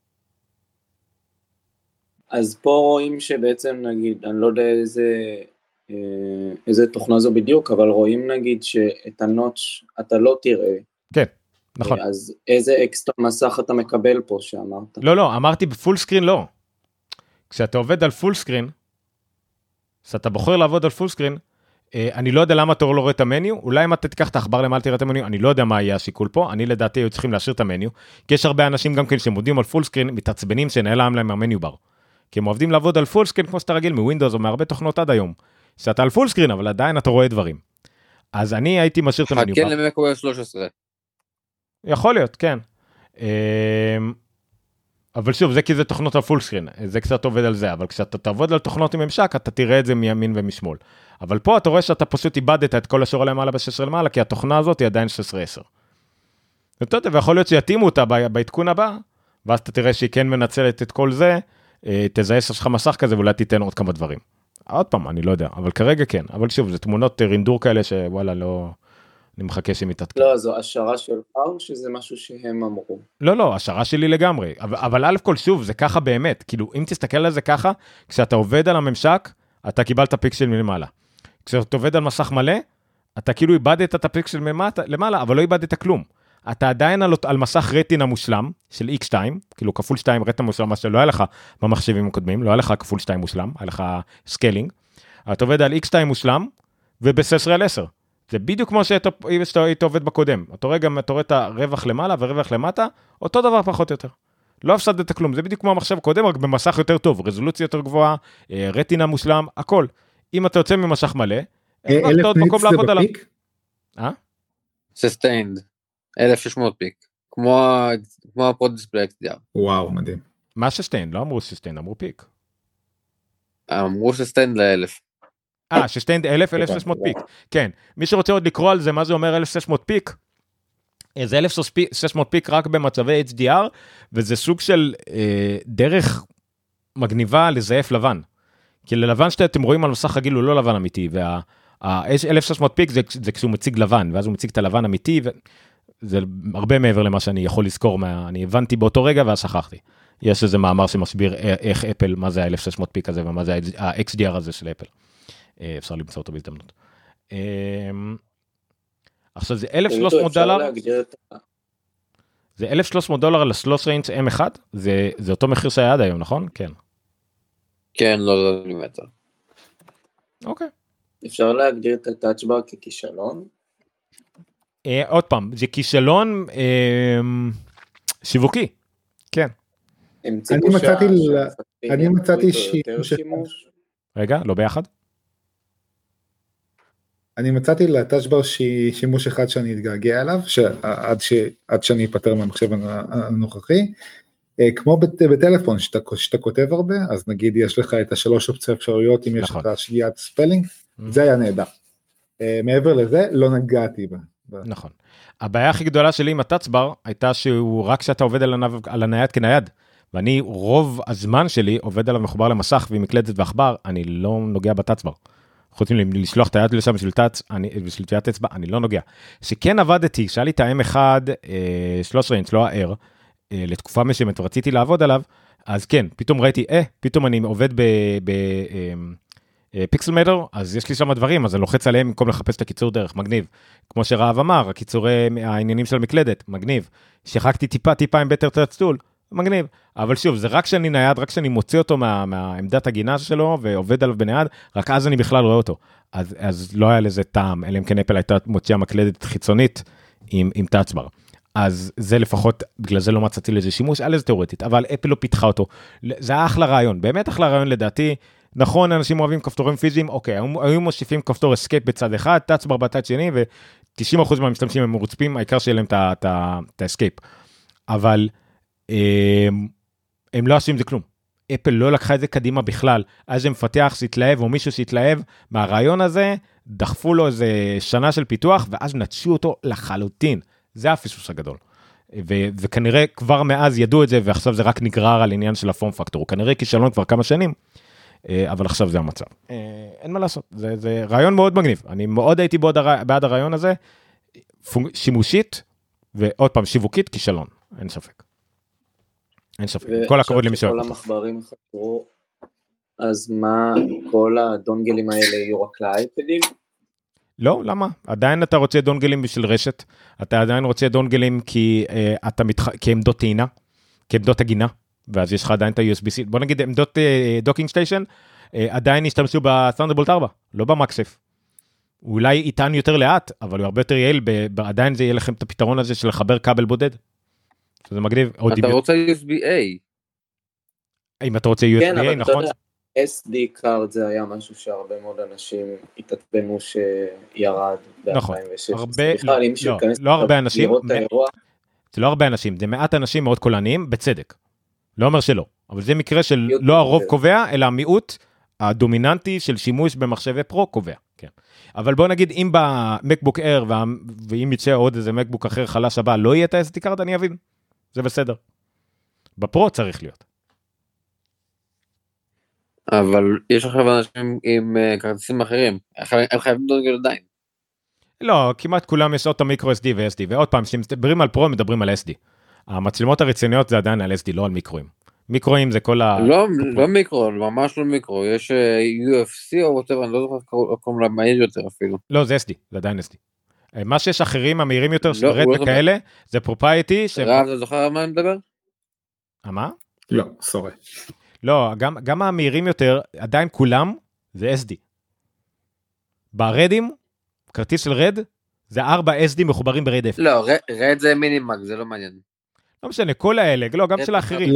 אז פה רואים שבעצם נגיד, אני לא יודע איזה תוכנה זו בדיוק, אבל רואים נגיד שאת הנוטש אתה לא תראה. כן, נכון. אז איזה אקסטרה מסך אתה מקבל פה שאמרת? לא, אמרתי בפול סקרין לא. כשאתה עובד על פול סקרין, כשאתה בוחר לעבוד על פול סקרין, אני לא יודע למה אתה לא רואה את המניו, אולי אם אתה תיקח את העכבר למעלה תראה את המניו, אני לא יודע מה יהיה השיקול פה, אני לדעתי היו צריכים להשאיר את המניו, כי יש הרבה אנשים גם כן שמודים על פול סקרין, מתעצבנים שנעלם להם המניו בר. כי הם עובדים לעבוד על פול סקרין כמו שאתה רגיל מווינדוס או מהרבה תוכנות עד היום, שאתה על פול סקרין אבל עדיין אתה רואה דברים. אז אני הייתי משאיר את המניו בר. חכה למקובל 13. יכול להיות, כן. אבל שוב, זה כי זה תוכנות על פול סקרין, זה קצת עובד על זה, אבל כשאתה תעבוד על תוכנות עם ממשק, אתה תראה את זה מימין ומשמאל. אבל פה אתה רואה שאתה פשוט איבדת את כל השורה למעלה ב-16 למעלה, כי התוכנה הזאת היא עדיין 16-10. ואתה יודע, ויכול להיות שיתאימו אותה בעדכון הבא, ואז אתה תראה שהיא כן מנצלת את כל זה, תזהה שלך מסך כזה, ואולי תיתן עוד כמה דברים. עוד פעם, אני לא יודע, אבל כרגע כן. אבל שוב, זה תמונות רינדור כאלה שוואלה, לא... אני מחכה שהם יתעדכן. לא, זו השערה של פאו, שזה משהו שהם אמרו. לא, השערה שלי לגמרי. אבל א' כל שוב, זה ככה באמת. כאילו, אם תסתכל על זה ככה, כשאתה עובד על הממשק, אתה קיבלת פיקסל מלמעלה. כשאתה עובד על מסך מלא, אתה כאילו איבדת את הפיקסל למעלה, אבל לא איבדת כלום. אתה עדיין על מסך רטינה מושלם, של X2, כאילו כפול 2 רטינה מושלם, מה שלא היה לך במחשבים הקודמים, לא היה לך כפול 2 מושלם, היה לך סקלינג. אתה עובד על X2 מושלם, וב-16:10. זה בדיוק כמו שאתה עובד בקודם. אתה רואה את הרווח למעלה ורווח למטה, אותו דבר פחות או יותר. לא הפסדת כלום, זה בדיוק כמו המחשב הקודם, רק במסך יותר טוב, רזולוציה יותר גבוהה, רטינה מושלם, הכל. אם אתה יוצא ממשך מלא, אין לך עוד מקום לעבוד עליו. Sustained, 1600 פיק, כמו הפרוד דיספלי XDR. וואו, מדהים. מה sustained? לא אמרו sustained, אמרו פיק. אמרו sustained ל-1000. sustained 1600 פיק. כן, מי שרוצה עוד לקרוא על זה, מה זה אומר 1600 פיק? זה 1600 פיק רק במצבי HDR, וזה סוג של דרך מגניבה לזייף לבן. כי ללבן שאתם רואים על מסך רגיל הוא לא לבן אמיתי, וה-1600 פיק זה כשהוא מציג לבן, ואז הוא מציג את הלבן אמיתי, וזה הרבה מעבר למה שאני יכול לזכור, אני הבנתי באותו רגע ואז שכחתי. יש איזה מאמר שמסביר איך אפל, מה זה ה-1600 פיק הזה, ומה זה ה-XDR הזה של אפל. אפשר למצוא אותו בהזדמנות. עכשיו זה $1,300, זה $1,300 לסלוס ריינג' M1, זה אותו מחיר שהיה עד היום, נכון? כן. כן, לא מילימטר. אוקיי. אפשר להגדיר את הטאצ'בר ככישלון? עוד פעם, זה כישלון שיווקי, כן. אני מצאתי שימוש. רגע, לא ביחד? אני מצאתי לטאצ'בר שימוש אחד שאני אתגעגע אליו, עד שאני אפטר מהמחשב הנוכחי, כמו בטלפון, שאתה כותב הרבה, אז נגיד יש לך את השלוש אופציות אפשריות, אם יש לך שגיאת ספלינג, זה היה נהדר. מעבר לזה, לא נגעתי בה. נכון. הבעיה הכי גדולה שלי עם הטאצ'בר, הייתה שהוא רק כשאתה עובד על הנייד כנייד, ואני רוב הזמן שלי עובד עליו מחובר למסך, ועם מקלדת ועכבר, אני לא נוגע בטאצ'בר. חוץ מלשלוח את היד לשם בשביל טביעת אצבע, אני לא נוגע. שכן עבדתי, שהיה לי את ה-M1 שלוש ריינג', לא ה-R, לתקופה מסוימת ורציתי לעבוד עליו, אז כן, פתאום ראיתי, פתאום אני עובד בפיקסלמטר, אז יש לי שם דברים, אז אני לוחץ עליהם במקום לחפש את הקיצור דרך, מגניב. כמו שרעב אמר, הקיצורי העניינים של המקלדת, מגניב. שחקתי טיפה עם בטר טאץ' טול, מגניב. אבל שוב, זה רק שאני נייד, רק שאני מוציא אותו מהעמדת הגינה שלו, ועובד עליו בנייד, רק אז אני בכלל רואה אותו. אז לא היה לזה טעם, אלא אם כן אפל הייתה מוציאה מקלדת חיצונית עם טאצ'בר. אז זה לפחות, בגלל זה לא מצאתי לזה שימוש, על איזה תיאורטית, אבל אפל לא פיתחה אותו. זה היה אחלה רעיון, באמת אחלה רעיון לדעתי. נכון, אנשים אוהבים כפתורים פיזיים, אוקיי, היו מוסיפים כפתור אסקייפ בצד אחד, טאצ'בר בצד שני, ו90% מהמשתמשים הם מרוצפים, העיקר שיהיה להם את האסקייפ. אבל הם לא עושים זה כלום. אפל לא לקחה את זה קדימה בכלל, אז זה מפתח שהתלהב, או מישהו שהתלהב מהרעיון הזה, דחפו לו איזה שנה של פיתוח, ואז נטשו אותו לחלוטין. זה הפספוס הגדול. וכנראה כבר מאז ידעו את זה, ועכשיו זה רק נגרר על עניין של הפורם פקטור. הוא כנראה כישלון כבר כמה שנים, אבל עכשיו זה המצב. אין מה לעשות, זה רעיון מאוד מגניב. אני מאוד הייתי בעד הרעיון הזה, שימושית, ועוד פעם, שיווקית, כישלון. אין ספק. אין ספק. כל הכבוד למי שאוהב. כל המחברים חקרו, אז מה, כל הדונגלים האלה יהיו רק לאייפדים? לא, למה? עדיין אתה רוצה דונגלים בשביל רשת, אתה עדיין רוצה דונגלים כי עמדות טעינה, כעמדות הגינה, ואז יש לך עדיין את ה-USB-C, בוא נגיד עמדות דוקינג סטיישן, עדיין ישתמשו בת'נדרבולט 4, לא במקסף. הוא אולי יטען יותר לאט, אבל הוא הרבה יותר יעיל, עדיין זה יהיה לכם את הפתרון הזה של לחבר כבל בודד. זה מגניב. אתה רוצה USB-A. אם אתה רוצה USB-A, נכון? SD card זה היה משהו שהרבה מאוד אנשים התעצבנו שירד ב-2016. לא הרבה אנשים, זה לא הרבה אנשים, זה מעט אנשים מאוד קולניים, בצדק. לא אומר שלא, אבל זה מקרה של לא הרוב קובע, אלא המיעוט הדומיננטי של שימוש במחשבי פרו קובע. אבל בוא נגיד, אם במקבוק אייר, ואם יצא עוד איזה מקבוק אחר חלש הבא, לא יהיה את ה-SD card, אני אבין. זה בסדר. בפרו צריך להיות. אבל יש עכשיו אנשים עם כרטיסים אחרים, הם חייבים דונגל עדיין. לא, כמעט כולם יש אותו מיקרו SD ו-SD, ועוד פעם, כשמדברים על פרו, מדברים על SD. המצלמות הרציניות זה עדיין על SD, לא על מיקרואים. מיקרואים זה כל לא מיקרו, ממש לא מיקרו, יש UFC או whatever, אני לא זוכר קוראים לה מהיר יותר אפילו. לא, זה SD, זה עדיין SD. מה שיש אחרים, המהירים יותר, של רד וכאלה, זה פרופייטי. רב, אתה זוכר על מה אני מדבר? מה? לא, סורי. לא, גם המהירים יותר, עדיין כולם, זה SD. ברדים, כרטיס של רד, זה 4 SD מחוברים ברד F. לא, רד זה מינימג, זה לא מעניין. לא משנה, כל האלה, לא, גם של האחרים.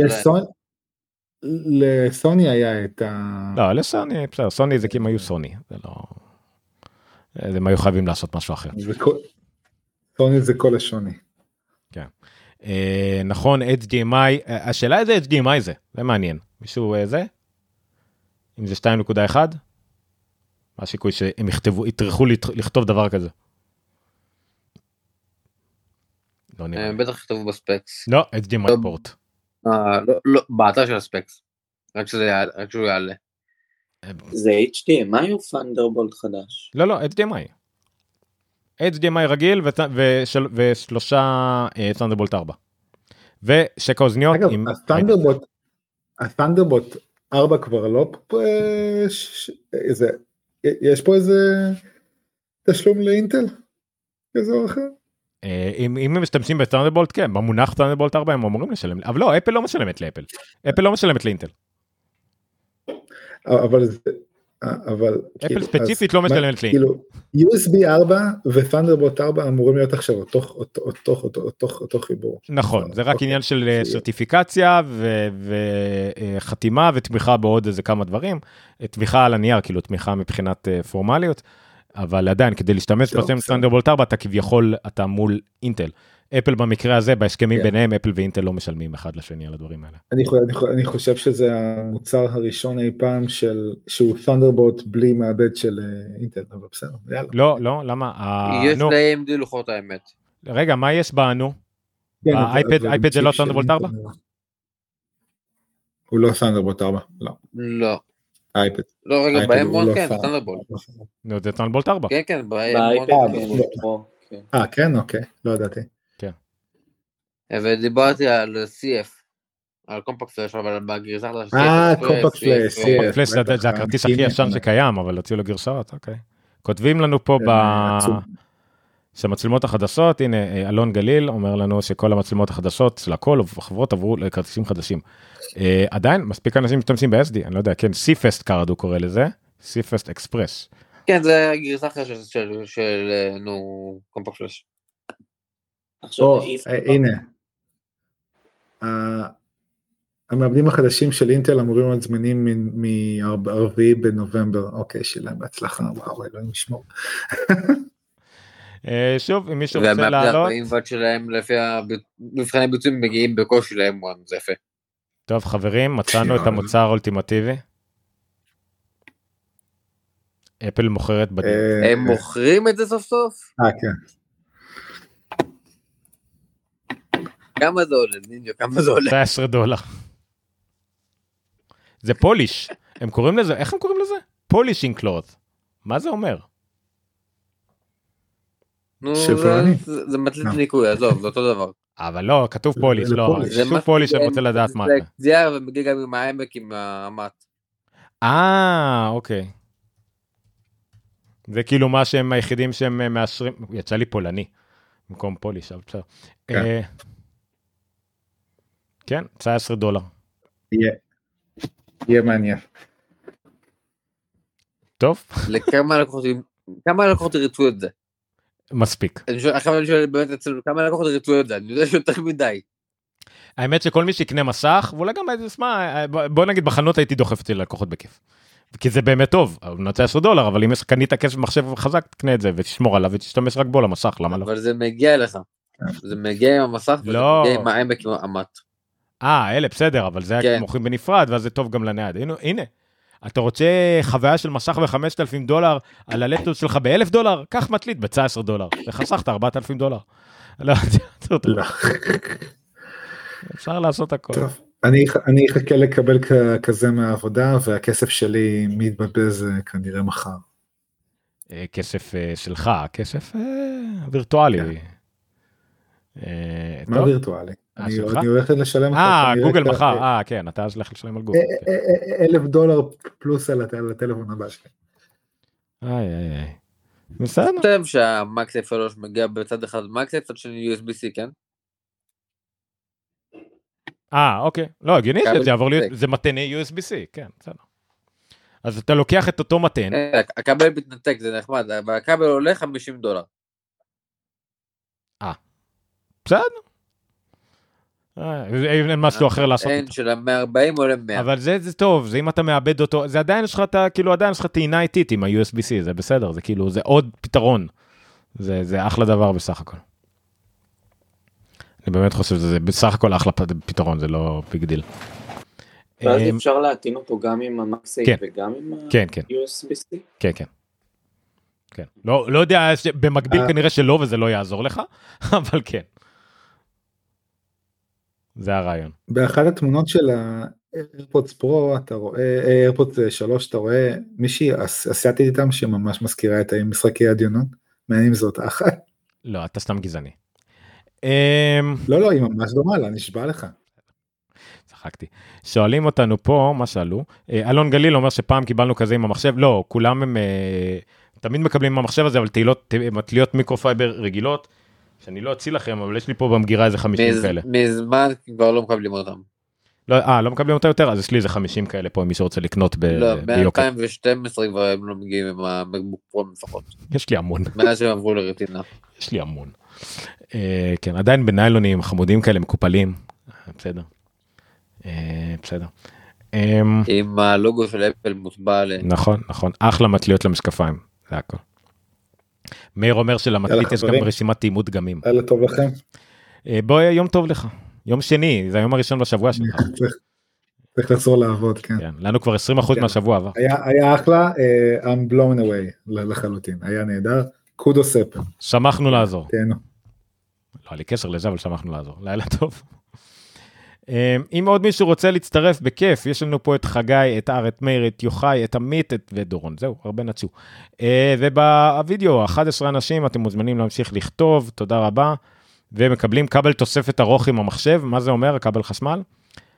לסוני היה את לא, לסוני, בסדר, סוני זה כי הם היו סוני, זה לא... הם היו חייבים לעשות משהו אחר. סוני זה כל השוני. כן. נכון, HDMI, השאלה איזה HDMI זה מעניין. מישהו זה? אם זה 2.1? מה השיקוי שהם יטרחו לכתוב דבר כזה? לא נראה. בטח יכתבו בספקס. לא, HDMI פורט. לא, באתר של הספקס. רק שהוא יעלה. זה HDMI או Thunderbolt חדש? לא, HDMI. HDMI רגיל ושלושה Thunderbolt 4. ושקע אוזניות. אגב, ה-Thunderbolt 4 כבר לא... יש פה איזה תשלום לאינטל? כזה או אחר? אם הם משתמשים ב-Thunderbolt, כן, במונח Thunderbolt 4 הם אמורים לשלם. אבל לא, אפל לא משלמת לאפל. אפל לא משלמת לאינטל. אבל אפל ספציפית לא משלמת לאינטל. USB 4 ו-Thunderbolt 4 אמורים להיות עכשיו אותו חיבור. נכון, זה רק עניין של סרטיפיקציה וחתימה ותמיכה בעוד איזה כמה דברים. תמיכה על הנייר, כאילו תמיכה מבחינת פורמליות, אבל עדיין כדי להשתמש בסם Thunderbolt 4 אתה כביכול, אתה מול אינטל. אפל במקרה הזה, בהסכמים ביניהם, אפל ואינטל לא משלמים אחד לשני על הדברים האלה. אני חושב שזה המוצר הראשון אי פעם שהוא Thunderbolt בלי מעבד של אינטל, אבל בסדר, יאללה. לא, למה? יש להם די לוחות האמת. רגע, מה יש בנו? האייפד זה לא Thunderbolt 4? הוא לא Thunderbolt 4, לא. לא. האייפד. לא, רגע, באייפד כן, Thunderbolt. נו, זה Thunderbolt 4. כן, באייפד כן. כן, אוקיי, לא ידעתי. ודיברתי על CF, על קומפקט פלאש, אבל בגרסה קומפקט פלאש. קומפקט פלאש זה הכרטיס הכי ישן שקיים, אבל הוציאו לו גרסאות, אוקיי. כותבים לנו פה שהמצלמות החדשות, הנה, אלון גליל אומר לנו שכל המצלמות החדשות של הכל, החברות עברו לכרטיסים חדשים. עדיין, מספיק אנשים משתמשים ב-SD, אני לא יודע, כן, C-Fest קארד הוא קורא לזה, C-Fest Express. כן, זה גרסה אחרת של קומפקט פלאש. הנה. המעבדים החדשים של אינטל אמורים להיות זמינים מ-4 בנובמבר. אוקיי, שילם בהצלחה, וואו, אלוהים ישמור. שוב, אם מישהו רוצה לעלות. והאינבט שלהם לפי מבחני ביצועים מגיעים בקושי להם, זה יפה. טוב, חברים, מצאנו את המוצר האולטימטיבי. אפל מוכרת בדיוק. הם מוכרים את זה סוף סוף? כן. כמה זה עולה, נינג'ו, כמה זה עולה? $19. זה פוליש. הם קוראים לזה, איך הם קוראים לזה? פולישינג קלות. מה זה אומר? נו, זה מצלית ניקוי, עזוב, זה אותו דבר. אבל לא, כתוב פוליש, לא, כתוב פוליש, אני רוצה לדעת מה זה. זה היה ומגיע גם עם העמק, עם המט. אוקיי. זה כאילו מה שהם היחידים שהם מאשרים, יצא לי פולני, במקום פוליש, אבל בסדר. כן, $19. יהיה מעניין. טוב. כמה לקוחות ירצו את זה? מספיק. עכשיו אני שואל באמת אצלנו, כמה לקוחות ירצו את זה? אני יודע שיותר מדי. האמת שכל מי שיקנה מסך, ואולי גם, בוא נגיד בחנות הייתי דוחף את זה ללקוחות בכיף. כי זה באמת טוב, נוצא $10, אבל אם יש קנית כסף מחשב חזק, תקנה את זה ותשמור עליו ותשתמש רק בו למסך, למה לא? אבל זה מגיע אליך. זה מגיע עם המסך וזה מגיע עם העמק עם המט. אלה בסדר, אבל זה היה מוכרים בנפרד, ואז זה טוב גם לנייד. הנה, אתה רוצה חוויה של מסך $5,000 על הלפטופ שלך $1,000? קח מקליט $19, וחסכת $4,000. לא, אפשר לעשות הכל. טוב, אני אחכה לקבל כזה מהעבודה, והכסף שלי מתבזבז כנראה מחר. כסף שלך, כסף וירטואלי. מה וירטואלי? אני הולך לשלם גוגל מחר, כן, אתה אז הולך לשלם על גוגל. $1,000 פלוס על הטלפון הבא שלי. בסדר. חושב שהמקסייפ 3 מגיע בצד אחד מקסייפ, צד שני USB-C, כן? אוקיי. לא, הגיוני שזה יעבור לי, זה מתנה USB-C, כן, בסדר. אז אתה לוקח את אותו מתן. הכבל מתנתק, זה נחמד, אבל הכבל עולה $50. בסדר. אין משהו אחר לעשות. אין של ה-140 עולה 100. אבל זה טוב, זה אם אתה מאבד אותו, זה עדיין יש לך, כאילו עדיין יש לך טעינה איטית עם ה-USB-C, זה בסדר, זה כאילו, זה עוד פתרון. זה אחלה דבר בסך הכל. אני באמת חושב שזה בסך הכל אחלה פתרון, זה לא ביג דיל. ואז אפשר להטעין אותו גם עם המקסייפ וגם עם ה-USB-C? כן, כן. כן. לא יודע, במקביל כנראה שלא וזה לא יעזור לך, אבל כן. זה הרעיון. באחת התמונות של האיירפודס פרו, אתה רואה, איירפודס 3, אתה רואה מישהי אסיאתית איתם שממש מזכירה את משחקי הדיונות, מעניין זאת אחת. לא, אתה סתם גזעני. לא, היא ממש דומה לה, נשבע לך. צחקתי. שואלים אותנו פה, מה שאלו, אלון גליל אומר שפעם קיבלנו כזה עם המחשב, לא, כולם הם תמיד מקבלים עם המחשב הזה, אבל תליות מיקרופייבר רגילות, שאני לא אציל לכם, אבל יש לי פה במגירה איזה 50 כאלה. מזמן כבר לא מקבלים אותם. לא מקבלים אותה יותר, אז יש לי איזה 50 כאלה פה, מי שרוצה לקנות ביוקר. לא, ב-2012 כבר הם לא מגיעים עם המקבוק פרו לפחות. יש לי המון. מאז שהם עברו לרטינה. יש לי המון. כן, עדיין בניילונים, חמודים כאלה, מקופלים. בסדר. בסדר. עם הלוגו של אפל מוטבע עליהם. נכון. אחלה מטליות למשקפיים. זה הכל. מאיר אומר שלמטלית יש גם רשימת תאימות דגמים. יאללה, טוב לכם. יום טוב לך. יום שני, זה היום הראשון בשבוע שלך. צריך לחזור לעבוד, כן. לנו כבר 20% מהשבוע עבר. היה אחלה, I'm blown away לחלוטין. היה נהדר. קודוס אפל. שמחנו לעזור. תהנו. לא היה לי קשר לזה, אבל שמחנו לעזור. לילה טוב. אם עוד מישהו רוצה להצטרף בכיף, יש לנו פה את חגי, את אר, את מאיר, את יוחאי, את עמית, ואת דורון, זהו, הרבה נצ'ו. ובווידאו, 11 אנשים, אתם מוזמנים להמשיך לכתוב, תודה רבה, ומקבלים כבל תוספת ארוך עם המחשב, מה זה אומר, הכבל חשמל?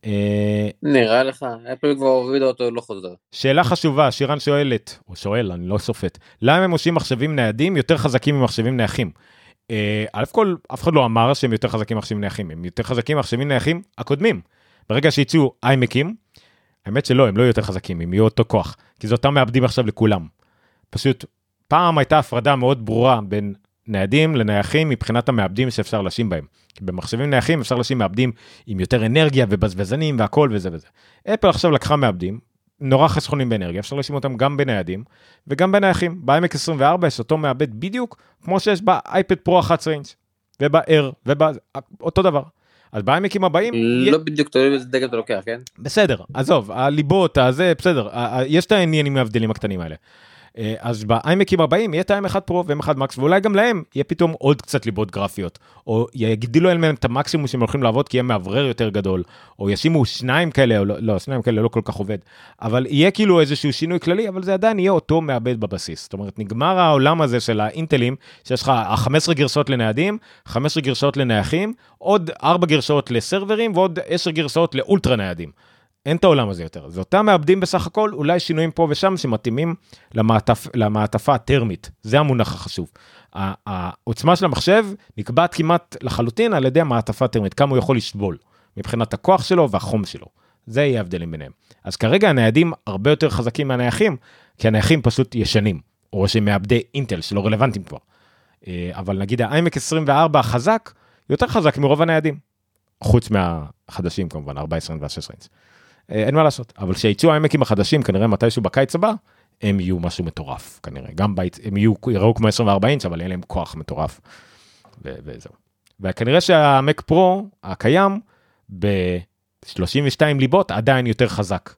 נראה לך, אפל כבר הורידה אותו, לא חוזר. שאלה חשובה, שירן שואלת, או שואל, אני לא סופט, למה הם עושים מחשבים ניידים יותר חזקים ממחשבים נייחים? א' כל, אף אחד לא אמר שהם יותר חזקים ממחשבים נייחים, הם יותר חזקים ממחשבים נייחים הקודמים. ברגע שיצאו איימקים, האמת שלא, הם לא יותר חזקים, הם יהיו אותו כוח, כי זה אותם מעבדים עכשיו לכולם. פשוט, פעם הייתה הפרדה מאוד ברורה בין ניידים לנייחים מבחינת המעבדים שאפשר לשים בהם. כי במחשבים נייחים אפשר לשים מעבדים עם יותר אנרגיה ובזבזנים והכל וזה וזה. אפל עכשיו לקחה מעבדים, נורא חסכונים באנרגיה, אפשר לשים אותם גם בניידים וגם בנייחים. ב-iMac 24 יש אותו מעבד בדיוק כמו שיש באייפד פרו 11 אינץ' וב-Air, אותו דבר. אז ב-iMac'ים הבאים... לא בדיוק תלוי איזה דגם אתה לוקח, כן? בסדר, עזוב, הליבות, הזה, בסדר, יש את העניינים מההבדלים הקטנים האלה. אז ב-iMac'ים הבאים יהיה את ה-M1 Pro ו-M1 Max, ואולי גם להם יהיה פתאום עוד קצת ליבות גרפיות, או יגדילו להם את המקסימום שהם הולכים לעבוד, כי יהיה מאוורר יותר גדול, או ישימו שניים כאלה, או לא, שניים כאלה לא כל כך עובד, אבל יהיה כאילו איזשהו שינוי כללי, אבל זה עדיין יהיה אותו מעבד בבסיס. זאת אומרת, נגמר העולם הזה של האינטלים, שיש לך 15 גרסאות לניידים, 15 גרסאות לנייחים, עוד 4 גרסאות לסרברים, ועוד 10 גרסאות לאולטרה ניידים. אין את העולם הזה יותר. זה אותם מעבדים בסך הכל, אולי שינויים פה ושם שמתאימים למעטפה הטרמית. זה המונח החשוב. העוצמה של המחשב נקבעת כמעט לחלוטין על ידי המעטפה הטרמית, כמה הוא יכול לשבול, מבחינת הכוח שלו והחום שלו. זה יהיה הבדלים ביניהם. אז כרגע הניידים הרבה יותר חזקים מהנייחים, כי הנייחים פשוט ישנים, או שהם מעבדי אינטל שלא רלוונטיים כבר. אבל נגיד ה-iMac 24 החזק, יותר חזק מרוב הניידים. חוץ מהחדשים כמובן, 14 ו-16 אינץ'. אין מה לעשות, אבל שיצאו האיימקים החדשים, כנראה מתישהו בקיץ הבא, הם יהיו משהו מטורף, כנראה. גם הם יראו כמו 24 אינץ', אבל אין להם כוח מטורף. וזהו. וכנראה שהמק פרו הקיים, ב-32 ליבות, עדיין יותר חזק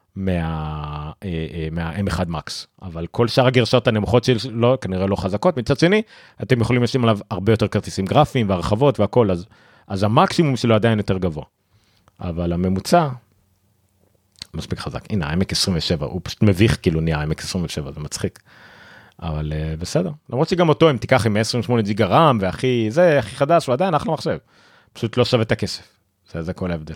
מה-M1 Max. אבל כל שאר הגרשות הנמוכות שלו, כנראה לא חזקות. מצד שני, אתם יכולים לשים עליו הרבה יותר כרטיסים גרפיים, והרחבות והכל, אז המקסימום שלו עדיין יותר גבוה. אבל הממוצע, מספיק חזק. הנה, ה-iMac 27, הוא פשוט מביך כאילו נהיה ה-iMac 27, זה מצחיק. אבל בסדר. למרות שגם אותו, אם תיקח עם 28 ג'יגה רם, והכי חדש, הוא עדיין אחלה מחשב. פשוט לא שווה את הכסף. זה כל ההבדל.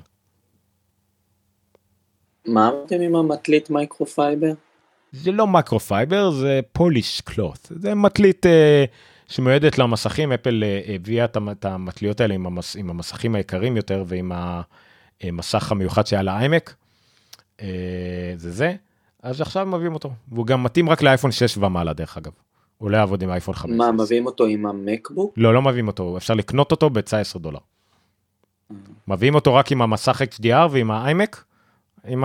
מה אמרתם עם המטלית מייקרופייבר? זה לא מייקרופייבר, זה פוליש קלות. זה מטלית שמיועדת למסכים. אפל הביאה את המטליות האלה עם המסכים היקרים יותר, ועם המסך המיוחד שהיה ל-iMac. זה, אז עכשיו מביאים אותו, והוא גם מתאים רק לאייפון 6 ומעלה דרך אגב, הוא לא יעבוד עם אייפון 5. מה, מביאים אותו עם המקבוק? לא מביאים אותו, אפשר לקנות אותו $19. מביאים אותו רק עם המסך HDR ועם האיימק, עם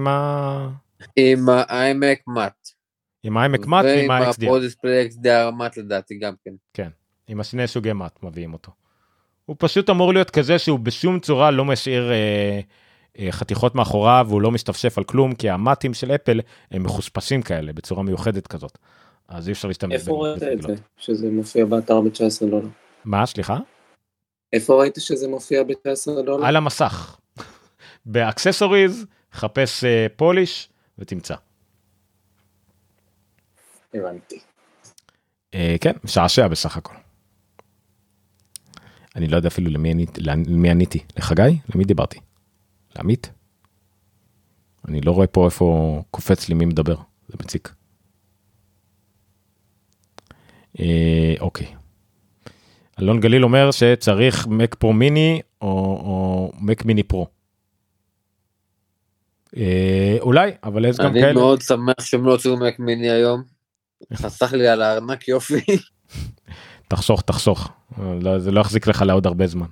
האיימק מאט. עם האיימק מאט ועם ה-XDR. ועם הפרודיספלי XDR מאט לדעתי גם כן. כן, עם השני סוגי מאט מביאים אותו. הוא פשוט אמור להיות כזה שהוא בשום צורה לא משאיר חתיכות מאחוריו, והוא לא משתפשף על כלום, כי המאטים של אפל הם מחוספסים כאלה, בצורה מיוחדת כזאת. אז אי אפשר להשתמש. איפה ראית את זה? שזה מופיע באתר $19? מה, סליחה? איפה ראית שזה מופיע $19? על המסך. באקססוריז, חפש פוליש, ותמצא. הבנתי. כן, משעשע בסך הכל. אני לא יודע אפילו למי עניתי. לחגי? למי דיברתי? לעמית? אני לא רואה פה איפה קופץ לי מי מדבר, זה מציק. אוקיי. אלון גליל אומר שצריך מק פרו מיני או מק מיני פרו. אולי, אבל יש גם כאלה. אני מאוד שמח שהם לא הוציאו מק מיני היום. חסך לי על הארנק יופי. תחסוך. זה לא יחזיק לך לעוד הרבה זמן.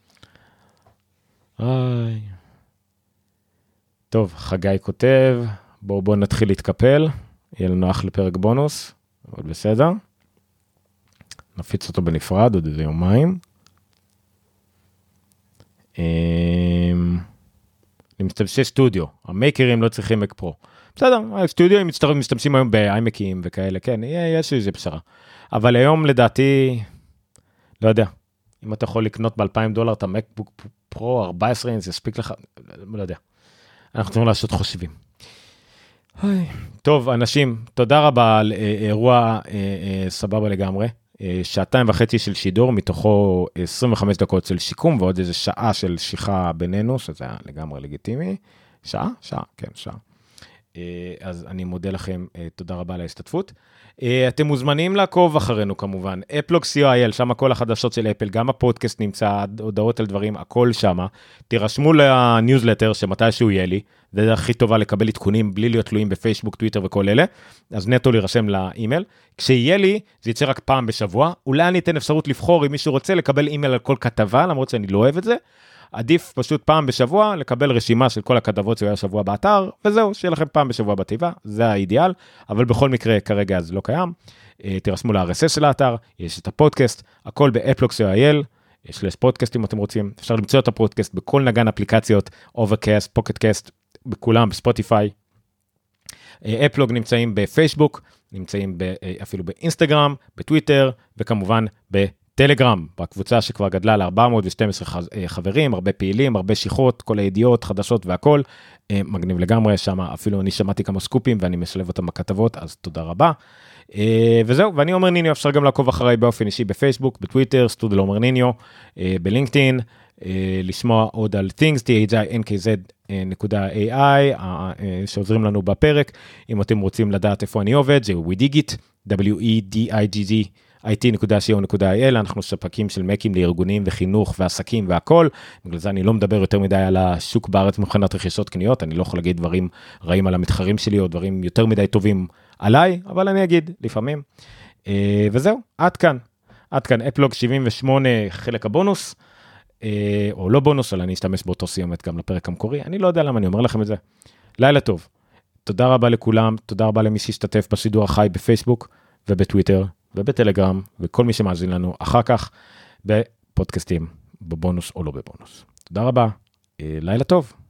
טוב, חגי כותב, בואו נתחיל להתקפל, יהיה לנו אחלה פרק בונוס, עוד בסדר. נפיץ אותו בנפרד, עוד איזה יומיים. למשתמשי סטודיו, המייקרים לא צריכים מק פרו. בסדר, הסטודיו הם משתמשים היום באיימקים וכאלה, כן, יש איזה פשרה. אבל היום לדעתי, לא יודע, אם אתה יכול לקנות $2,000 את המקבוק פרו 14 אינץ', זה יספיק לך, לא יודע. אנחנו צריכים לעשות חושבים. טוב, אנשים, תודה רבה על אירוע סבבה לגמרי. שעתיים וחצי של שידור, מתוכו 25 דקות של שיקום, ועוד איזה שעה של שיחה בינינו, שזה היה לגמרי לגיטימי. שעה? כן, שעה. אז אני מודה לכם, תודה רבה על ההשתתפות. אתם מוזמנים לעקוב אחרינו כמובן, Applog.co.il, שם כל החדשות של אפל, גם הפודקאסט נמצא, הודעות על דברים, הכל שם. תירשמו לניוזלטר שמתישהו יהיה לי, זה הדרך הכי טובה לקבל עדכונים בלי להיות תלויים בפייסבוק, טוויטר וכל אלה, אז נטו להירשם לאימייל. כשיהיה לי, זה יצא רק פעם בשבוע, אולי אני אתן אפשרות לבחור אם מישהו רוצה לקבל אימייל על כל כתבה, למרות שאני לא אוהב את זה, עדיף פשוט פעם בשבוע לקבל רשימה של כל הכתבות שהיה שבוע באתר, וזהו, שיהיה לכם פעם בשבוע בתיבה, זה האידיאל, אבל בכל מקרה כרגע זה לא קיים. תירשמו ל-RSS של האתר, יש את הפודקאסט, הכל ב-Applog.co.il, יש לס פודקאסט אם אתם רוצים, אפשר למצוא את הפודקאסט בכל נגן אפליקציות, Overcast, Pocketcast, בכולם, בספוטיפיי. Applog נמצאים בפייסבוק, נמצאים אפילו באינסטגרם, בטוויטר, וכמובן טלגרם, בקבוצה שכבר גדלה ל-412 חברים, הרבה פעילים, הרבה שיחות, כל הידיעות, חדשות והכל, מגניב לגמרי, שם אפילו אני שמעתי כמה סקופים ואני משלב אותם בכתבות, אז תודה רבה. וזהו, ואני עומר ניניו, אפשר גם לעקוב אחריי באופן אישי בפייסבוק, בטוויטר, סטודל עומר ניניו, בלינקדאין, לשמוע עוד על things, things.nkz.ai, שעוזרים לנו בפרק, אם אתם רוצים לדעת איפה אני עובד, זה WeDigit, W-E-D-I-G-G, it.co.il, אנחנו ספקים של מקים לארגונים וחינוך ועסקים והכל, בגלל זה אני לא מדבר יותר מדי על השוק בארץ מבחינת רכישות קניות, אני לא יכול להגיד דברים רעים על המתחרים שלי, או דברים יותר מדי טובים עליי, אבל אני אגיד לפעמים. וזהו, עד כאן, אפלוג 78 חלק הבונוס, או לא בונוס, אבל אני אשתמש באותו סיומת גם לפרק המקורי, אני לא יודע למה אני אומר לכם את זה. לילה טוב, תודה רבה לכולם, תודה רבה למי שהשתתף בשידור החי בפייסבוק ובטוויטר, ובטלגרם, וכל מי שמאזין לנו אחר כך בפודקאסטים, בבונוס או לא בבונוס. תודה רבה, לילה טוב.